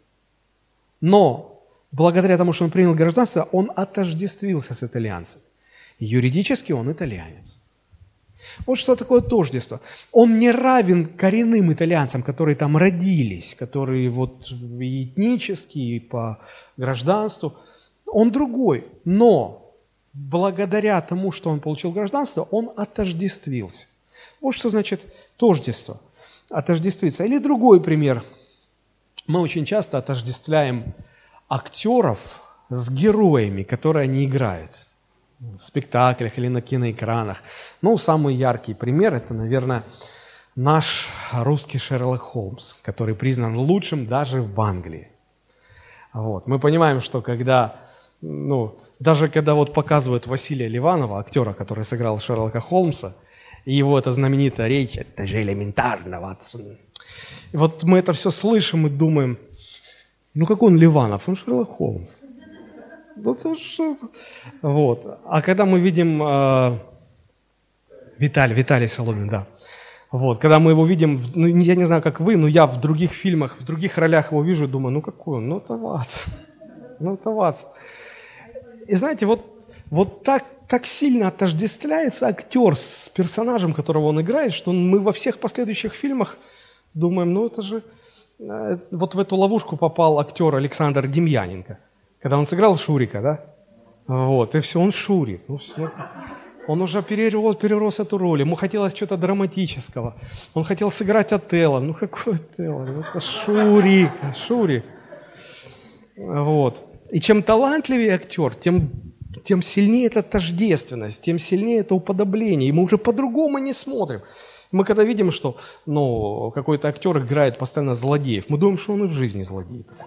[SPEAKER 1] Но благодаря тому, что он принял гражданство, он отождествился с итальянцем. Юридически он итальянец. Вот что такое тождество. Он не равен коренным итальянцам, которые там родились, которые вот и этнически, и по гражданству. Он другой, но благодаря тому, что он получил гражданство, он отождествился. Вот что значит тождество. Отождествиться. Или другой пример. Мы очень часто отождествляем актеров с героями, которые они играют в спектаклях или на киноэкранах. Ну, самый яркий пример – это, наверное, наш русский Шерлок Холмс, который признан лучшим даже в Англии. Вот. Мы понимаем, что когда, ну, даже когда вот показывают Василия Ливанова, актера, который сыграл Шерлока Холмса, и его эта знаменитая речь «Это же элементарно, Ватсон». И вот мы это все слышим и думаем, ну какой он Ливанов, он Шерлок Холмс. Ну, то что? Вот. А когда мы видим э, Виталий, Виталий Соломин, да. Вот. Когда мы его видим, ну, я не знаю, как вы, но я в других фильмах, в других ролях его вижу, думаю, ну какой он? Ну это Ватсон. Ну это Ватсон. И знаете, вот, вот так, так сильно отождествляется актер с персонажем, которого он играет, что мы во всех последующих фильмах думаем, ну это же... Э, вот в эту ловушку попал актер Александр Демьяненко. Когда он сыграл Шурика, да? Вот, и все, он Шурик. Ну, все. Он уже перерос, перерос эту роль, ему хотелось чего-то драматического. Он хотел сыграть Отелло. Ну, какой Отелло? Ну, это Шурик, Шурик. Вот. И чем талантливее актер, тем, тем сильнее эта тождественность, тем сильнее это уподобление. И мы уже по-другому не смотрим. Мы когда видим, что ну, какой-то актер играет постоянно злодеев, мы думаем, что он и в жизни злодей такой.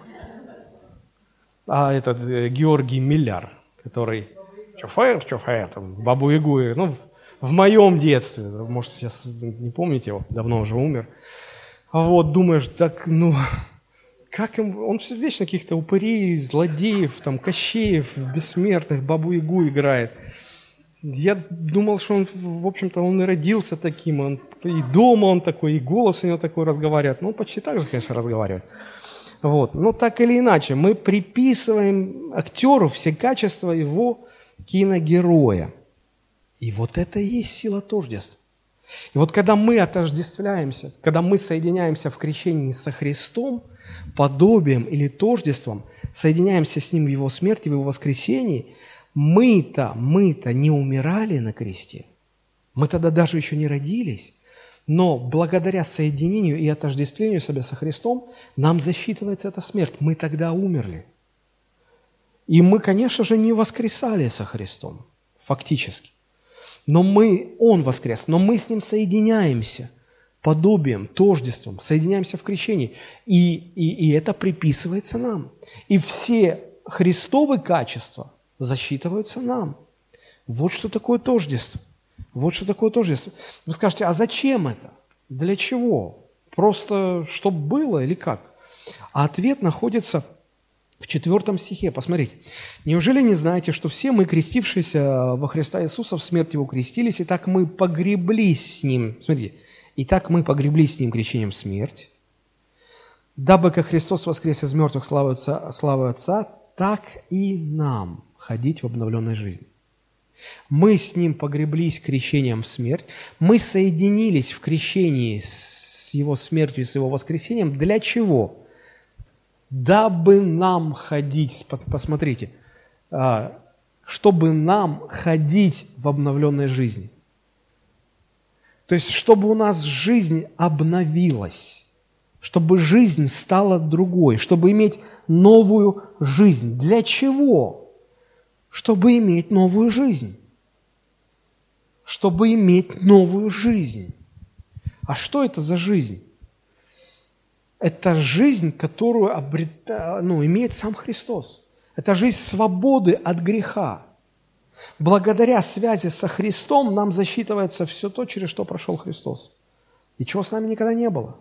[SPEAKER 1] А этот э, Георгий Милляр, который Чофер, Чофер, там, Бабу-Ягу, ну, в моем детстве, может, сейчас не помните его, давно уже умер. А вот думаешь, так, ну, как им, он все вечно каких-то упырей, злодеев, там, Кощеев, бессмертных, Бабу-Ягу играет. Я думал, что он, в общем-то, он и родился таким, он, и дома он такой, и голос у него такой разговаривает. Ну, он почти так же, конечно, разговаривает. Вот. Но так или иначе, мы приписываем актеру все качества его киногероя. И вот это и есть сила тождества. И вот когда мы отождествляемся, когда мы соединяемся в крещении со Христом, подобием или тождеством, соединяемся с Ним в Его смерти, в Его воскресении, мы-то, мы-то не умирали на кресте. Мы тогда даже еще не родились. Но благодаря соединению и отождествлению себя со Христом нам засчитывается эта смерть. Мы тогда умерли. И мы, конечно же, не воскресали со Христом, фактически. Но мы, Он воскрес, но мы с Ним соединяемся подобием, тождеством, соединяемся в крещении. И, и, и это приписывается нам. И все Христовы качества засчитываются нам. Вот что такое тождество. Вот что такое тождество. Вы скажете, а зачем это? Для чего? Просто чтобы было или как? А ответ находится в четвертом стихе. Посмотрите. «Неужели не знаете, что все мы, крестившиеся во Христа Иисуса, в смерть Его крестились, и так мы погреблись с Ним». Смотрите. «И так мы погреблись с Ним крещением в смерть, дабы как Христос воскрес из мертвых славой Отца, славой Отца, так и нам ходить в обновленной жизни». Мы с Ним погреблись крещением в смерть, мы соединились в крещении с Его смертью и с Его воскресением. Для чего? Дабы нам ходить, посмотрите, чтобы нам ходить в обновленной жизни. То есть, чтобы у нас жизнь обновилась, чтобы жизнь стала другой, чтобы иметь новую жизнь. Для чего? Чтобы иметь новую жизнь. Чтобы иметь новую жизнь. А что это за жизнь? Это жизнь, которую обрета, ну, имеет сам Христос. Это жизнь свободы от греха. Благодаря связи со Христом нам засчитывается все то, через что прошел Христос. И чего с нами никогда не было?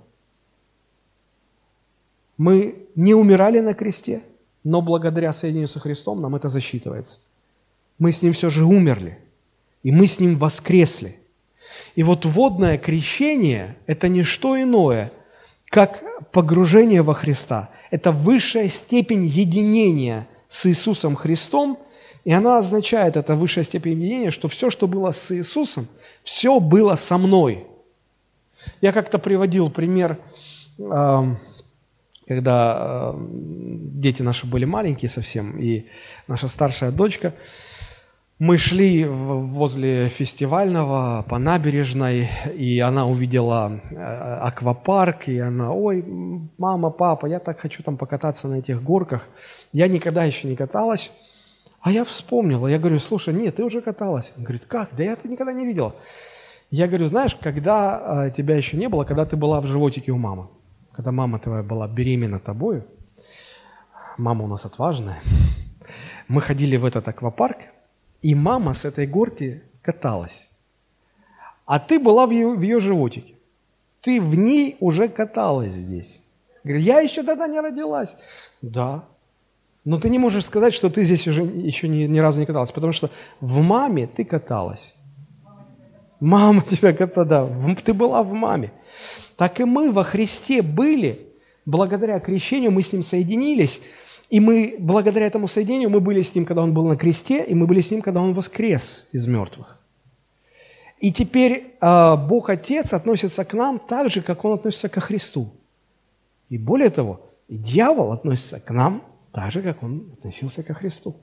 [SPEAKER 1] Мы не умирали на кресте, но благодаря соединению со Христом нам это засчитывается. Мы с Ним все же умерли, и мы с Ним воскресли. И вот водное крещение – это не что иное, как погружение во Христа. Это высшая степень единения с Иисусом Христом, и она означает, это высшая степень единения, что все, что было с Иисусом, все было со мной. Я как-то приводил пример, когда дети наши были маленькие совсем, и наша старшая дочка, мы шли возле фестивального по набережной, и она увидела аквапарк, и она: ой, мама, папа, я так хочу там покататься на этих горках. Я никогда еще не каталась. А я вспомнила, я говорю: слушай, нет, ты уже каталась. Она говорит: как? Да я это никогда не видела. Я говорю: знаешь, когда тебя еще не было, когда ты была в животике у мамы, когда мама твоя была беременна тобою, мама у нас отважная, мы ходили в этот аквапарк, и мама с этой горки каталась. А ты была в ее, в ее животике. Ты в ней уже каталась здесь. Говорю: я еще тогда не родилась. Да. Но ты не можешь сказать, что ты здесь уже еще ни, ни разу не каталась, потому что в маме ты каталась. Мама тебя катала, да, ты была в маме. Так и мы во Христе были, благодаря крещению мы с Ним соединились, и мы, благодаря этому соединению, мы были с Ним, когда Он был на кресте, и мы были с Ним, когда Он воскрес из мертвых. И теперь э, Бог Отец относится к нам так же, как Он относится ко Христу. И более того, и дьявол относится к нам так же, как он относился ко Христу.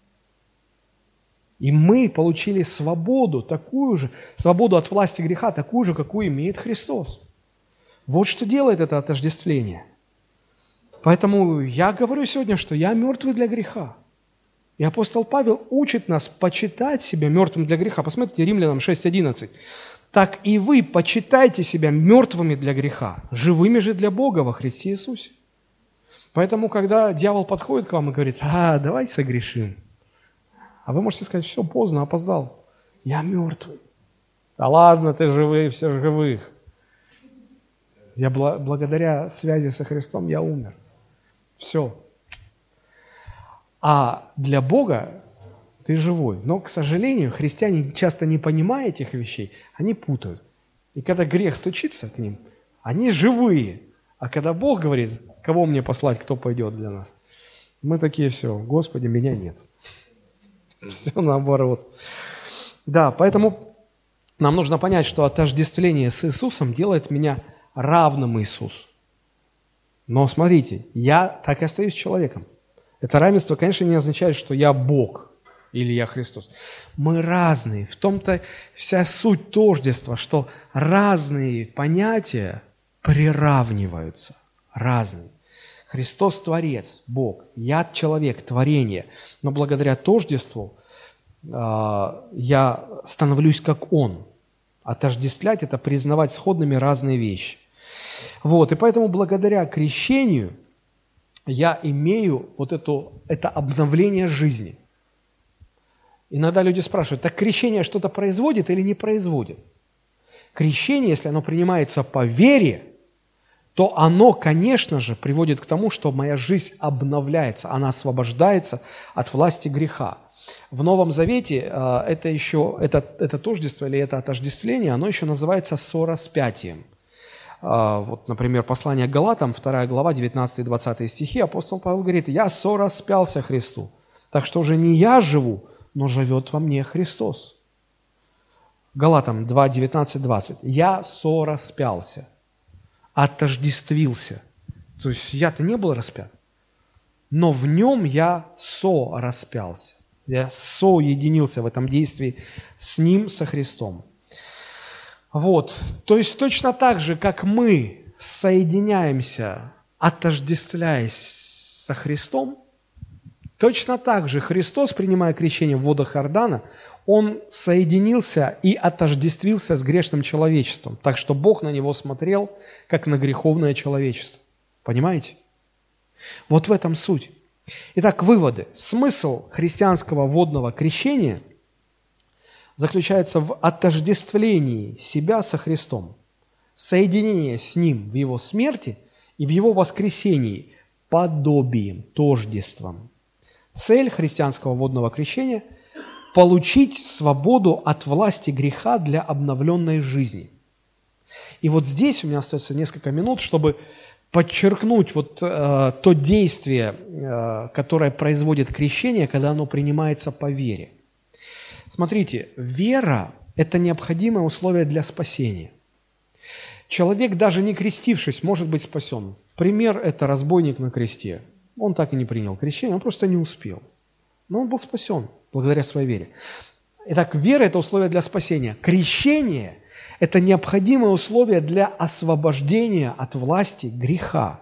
[SPEAKER 1] И мы получили свободу, такую же, свободу от власти греха, такую же, какую имеет Христос. Вот что делает это отождествление. Поэтому я говорю сегодня, что я мертвый для греха. И апостол Павел учит нас почитать себя мертвым для греха. Посмотрите, Римлянам шесть одиннадцать. «Так и вы почитайте себя мертвыми для греха, живыми же для Бога во Христе Иисусе». Поэтому, когда дьявол подходит к вам и говорит: а, давай согрешим, а вы можете сказать: все, поздно, опоздал, я мертвый. Да ладно, ты живый, все живых. Я благодаря связи со Христом я умер. Все. А для Бога ты живой. Но, к сожалению, христиане, часто не понимая этих вещей, они путают. И когда грех стучится к ним, они живые. А когда Бог говорит: кого мне послать, кто пойдет для нас? Мы такие: все, Господи, меня нет. Все наоборот. Да, поэтому нам нужно понять, что отождествление с Иисусом делает меня равным Иисусу. Но смотрите, я так и остаюсь человеком. Это равенство, конечно, не означает, что я Бог или я Христос. Мы разные. В том-то вся суть тождества, что разные понятия приравниваются. Разные. Христос – Творец, Бог, я человек, творение, но благодаря тождеству э, я становлюсь как Он. Отождествлять – это признавать сходными разные вещи. Вот, и поэтому благодаря крещению я имею вот это, это обновление жизни. Иногда люди спрашивают: так крещение что-то производит или не производит? Крещение, если оно принимается по вере, то оно, конечно же, приводит к тому, что моя жизнь обновляется, она освобождается от власти греха. В Новом Завете э, это еще, это, это тождество или это отождествление, оно еще называется сораспятием. Э, вот, например, послание к Галатам, вторая глава, девятнадцатый-двадцатый стихи, апостол Павел говорит: «Я сораспялся Христу, так что уже не я живу, но живет во мне Христос». Галатам два, девятнадцать, двадцать. «Я сораспялся». Отождествился. То есть я-то не был распят, но в нем я сораспялся. Я соединился в этом действии с Ним, со Христом. Вот. То есть точно так же, как мы соединяемся, отождествляясь со Христом, точно так же Христос, принимая крещение в водах Иордана, Он соединился и отождествился с грешным человечеством, так что Бог на него смотрел, как на греховное человечество. Понимаете? Вот в этом суть. Итак, выводы. Смысл христианского водного крещения заключается в отождествлении себя со Христом. соединение с Ним в Его смерти и в Его воскресении подобием, тождеством. Цель христианского водного крещения – получить свободу от власти греха для обновленной жизни. И вот здесь у меня остается несколько минут, чтобы подчеркнуть вот э, то действие, э, которое производит крещение, когда оно принимается по вере. Смотрите, вера – это необходимое условие для спасения. Человек, даже не крестившись, может быть спасен. Пример – это разбойник на кресте. Он так и не принял крещение, он просто не успел. Но он был спасен благодаря своей вере. Итак, вера – это условие для спасения. Крещение – это необходимое условие для освобождения от власти греха.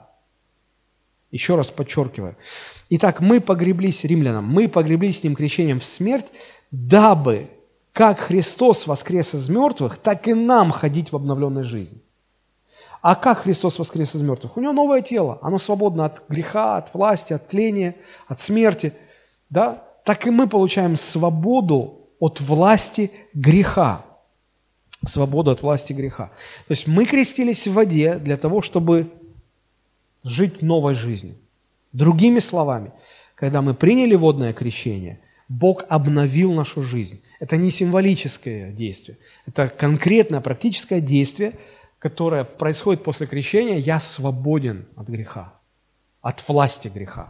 [SPEAKER 1] Еще раз подчеркиваю. Итак, мы погреблись, римлянам, мы погреблись с Ним крещением в смерть, дабы, как Христос воскрес из мертвых, так и нам ходить в обновленной жизни. А как Христос воскрес из мертвых? У Него новое тело, оно свободно от греха, от власти, от тления, от смерти. Да? Так и мы получаем свободу от власти греха. Свободу от власти греха. То есть мы крестились в воде для того, чтобы жить новой жизнью. Другими словами, когда мы приняли водное крещение, Бог обновил нашу жизнь. Это не символическое действие, это конкретное практическое действие, которое происходит после крещения. Я свободен от греха, от власти греха.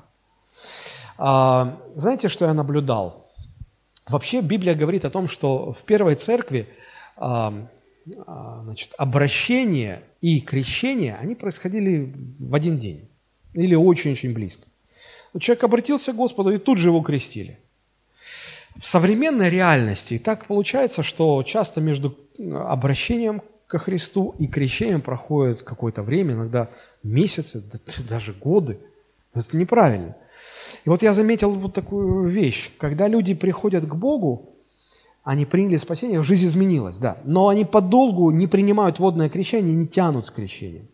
[SPEAKER 1] А, знаете, что я наблюдал? Вообще Библия говорит о том, что в первой церкви а, а, значит, обращение и крещение, они происходили в один день или очень-очень близко. Вот человек обратился к Господу, и тут же его крестили. В современной реальности так получается, что часто между обращением ко Христу и крещением проходит какое-то время, иногда месяцы, даже годы. Это неправильно. И вот я заметил вот такую вещь. Когда люди приходят к Богу, они приняли спасение, жизнь изменилась, да. Но они подолгу не принимают водное крещение, не тянут с крещением.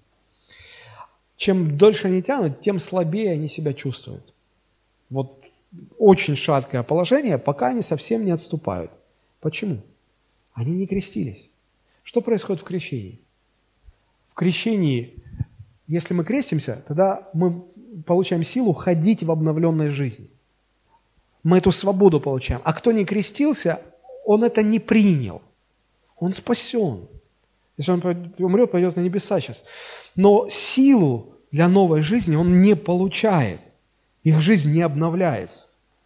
[SPEAKER 1] Чем дольше они тянут, тем слабее они себя чувствуют. Вот очень шаткое положение, пока они совсем не отступают. Почему? Они не крестились. Что происходит в крещении? В крещении, если мы крестимся, тогда мы получаем силу ходить в обновленной жизни. Мы эту свободу получаем. А кто не крестился, он это не принял. Он спасен. Если он умрет, пойдет на небеса сейчас. Но силу для новой жизни он не получает. Их жизнь не обновляется.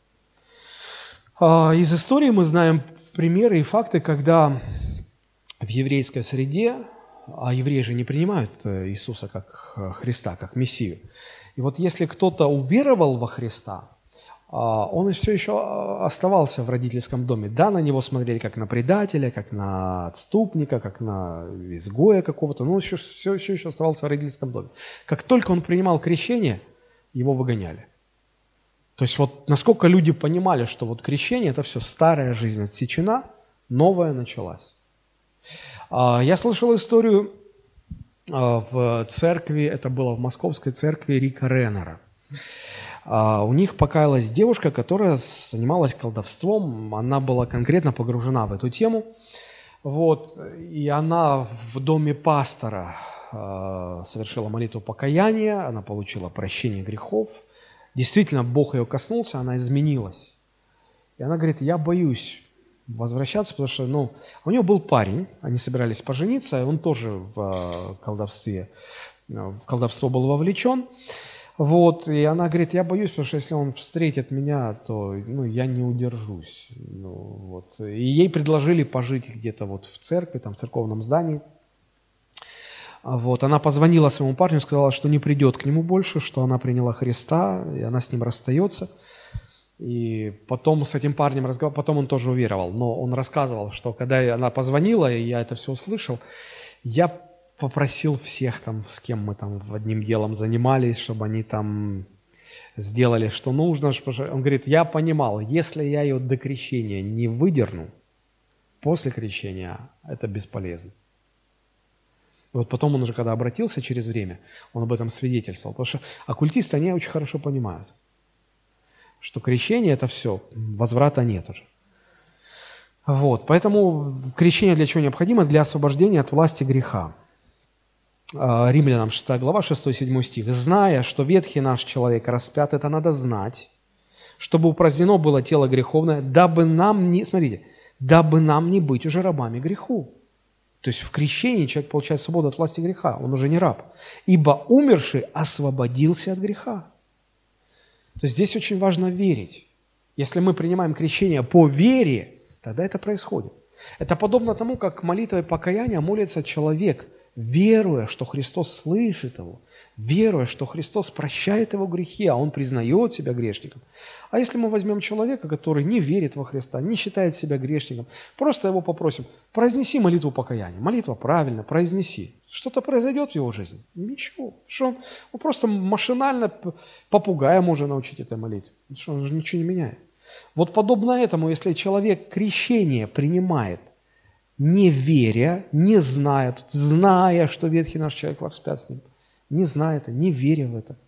[SPEAKER 1] Из истории мы знаем примеры и факты, когда в еврейской среде, а евреи же не принимают Иисуса как Христа, как Мессию. И вот если кто-то уверовал во Христа, он все еще оставался в родительском доме. Да, на него смотрели как на предателя, как на отступника, как на изгоя какого-то, но он еще, все еще, еще оставался в родительском доме. Как только он принимал крещение, его выгоняли. То есть вот насколько люди понимали, что вот крещение – это все, старая жизнь отсечена, новая началась. Я слышал историю в церкви, это было в московской церкви Рика Реннера. У них покаялась девушка, которая занималась колдовством, она была конкретно погружена в эту тему. Вот, и она в доме пастора совершила молитву покаяния, она получила прощение грехов. Действительно, Бог ее коснулся, она изменилась. И она говорит, я боюсь возвращаться, потому что, ну, у нее был парень, они собирались пожениться, и он тоже в колдовстве, в колдовство был вовлечен. Вот, и она говорит, я боюсь, потому что если он встретит меня, то, ну, я не удержусь. Ну, вот. И ей предложили пожить где-то вот в церкви, там, в церковном здании. Вот, она позвонила своему парню, сказала, что не придет к нему больше, что она приняла Христа, и она с ним расстается. И потом с этим парнем разговаривал, потом он тоже уверовал, но он рассказывал, что когда она позвонила, и я это все услышал, я попросил всех там, с кем мы там одним делом занимались, чтобы они там сделали, что нужно. Он говорит, я понимал, если я ее до крещения не выдерну, после крещения это бесполезно. И вот потом он уже, когда обратился через время, он об этом свидетельствовал. Потому что оккультисты, они очень хорошо понимают, что крещение – это все, возврата нет уже. Вот, поэтому крещение для чего необходимо? Для освобождения от власти греха. а, Римлянам шестая глава, шестой-седьмой стих. «Зная, что ветхий наш человек распят, это надо знать, чтобы упразднено было тело греховное, дабы нам не, смотрите, дабы нам не быть уже рабами греху». То есть в крещении человек получает свободу от власти греха, он уже не раб. «Ибо умерший освободился от греха». То есть здесь очень важно верить. Если мы принимаем крещение по вере, тогда это происходит. Это подобно тому, как молитвой покаяния молится человек, веруя, что Христос слышит его, веруя, что Христос прощает его грехи, а он признает себя грешником. А если мы возьмем человека, который не верит во Христа, не считает себя грешником, просто его попросим, произнеси молитву покаяния. Молитва правильно, произнеси. Что-то произойдет в его жизни? Ничего. Что он, он просто машинально попугая можно научить этой молитве. Что он же ничего не меняет. Вот подобно этому, если человек крещение принимает, не веря, не зная, зная, что ветхий наш человек распят с ним, не зная это, не веря в это,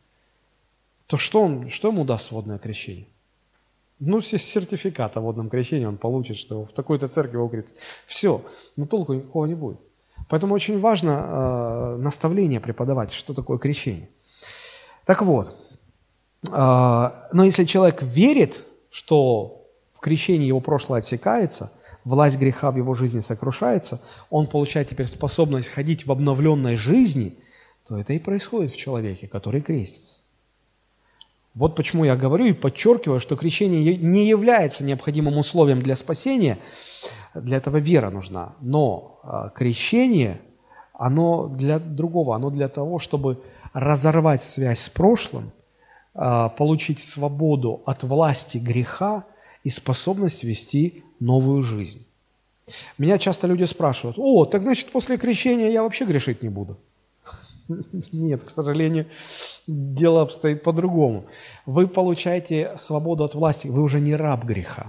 [SPEAKER 1] то что, он, что ему даст водное крещение? Ну, все сертификат о водном крещении он получит, что в такой-то церкви его говорит, все, но толку никакого не будет. Поэтому очень важно э, наставление преподавать, что такое крещение. Так вот, э, но если человек верит, что в крещении его прошлое отсекается, власть греха в его жизни сокрушается, он получает теперь способность ходить в обновленной жизни, то это и происходит в человеке, который крестится. Вот почему я говорю и подчеркиваю, что крещение не является необходимым условием для спасения, для этого вера нужна, но а, крещение, оно для другого, оно для того, чтобы разорвать связь с прошлым, а, получить свободу от власти греха и способность вести новую жизнь. Меня часто люди спрашивают, о, так значит после крещения я вообще грешить не буду. Нет, к сожалению, дело обстоит по-другому. Вы получаете свободу от власти, вы уже не раб греха.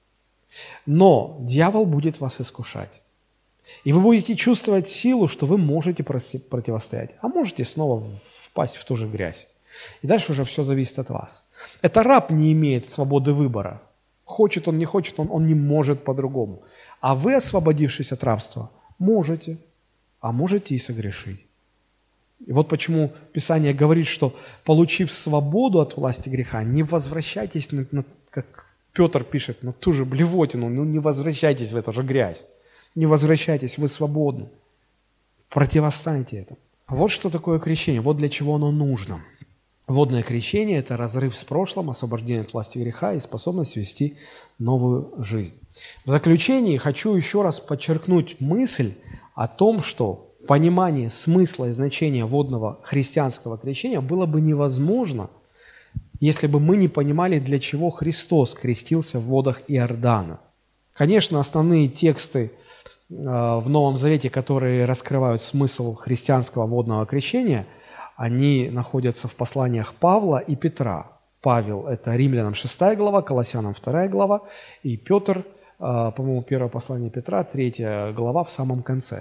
[SPEAKER 1] Но дьявол будет вас искушать. И вы будете чувствовать силу, что вы можете противостоять, а можете снова впасть в ту же грязь. И дальше уже все зависит от вас. Это раб не имеет свободы выбора. Хочет он, не хочет он, он не может по-другому. А вы, освободившись от рабства, можете, а можете и согрешить. И вот почему Писание говорит, что, получив свободу от власти греха, не возвращайтесь, на, на, как Петр пишет, на ту же блевотину, ну не возвращайтесь в эту же грязь. Не возвращайтесь, вы свободны. Противостаньте этому. Вот что такое крещение, вот для чего оно нужно. Водное крещение – это разрыв с прошлым, освобождение от власти греха и способность вести новую жизнь. В заключении хочу еще раз подчеркнуть мысль о том, что понимание смысла и значения водного христианского крещения было бы невозможно, если бы мы не понимали, для чего Христос крестился в водах Иордана. Конечно, основные тексты э, в Новом Завете, которые раскрывают смысл христианского водного крещения, они находятся в посланиях Павла и Петра. Павел – это Римлянам шестая глава, Колоссянам вторая глава, и Петр, э, по-моему, первое послание Петра, третья глава в самом конце.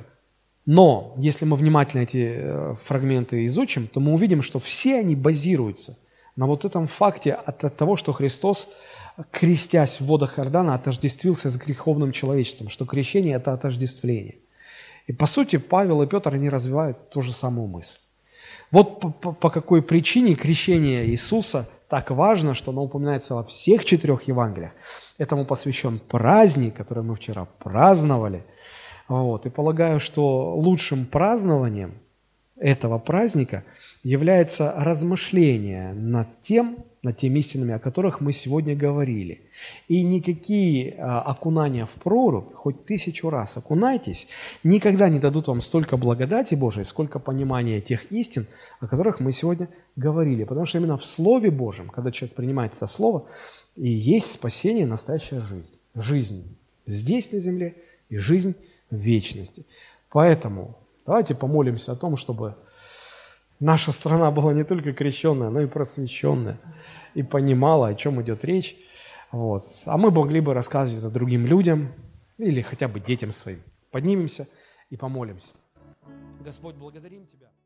[SPEAKER 1] Но если мы внимательно эти фрагменты изучим, то мы увидим, что все они базируются на вот этом факте от, от того, что Христос, крестясь в водах Иордана, отождествился с греховным человечеством, что крещение – это отождествление. И по сути Павел и Петр, они развивают ту же самую мысль. Вот по, по, по какой причине крещение Иисуса так важно, что оно упоминается во всех четырех Евангелиях. Этому посвящен праздник, который мы вчера праздновали. Вот. И полагаю, что лучшим празднованием этого праздника является размышление над тем, над теми истинами, о которых мы сегодня говорили. И никакие а, окунания в прорубь, хоть тысячу раз окунайтесь, никогда не дадут вам столько благодати Божией, сколько понимания тех истин, о которых мы сегодня говорили. Потому что именно в Слове Божьем, когда человек принимает это Слово, и есть спасение, настоящая жизнь. Жизнь здесь на земле и жизнь в вечности. Поэтому давайте помолимся о том, чтобы наша страна была не только крещенная, но и просвещенная, и понимала, о чем идет речь. Вот. А мы могли бы рассказывать это другим людям или хотя бы детям своим. Поднимемся и помолимся. Господь, благодарим Тебя.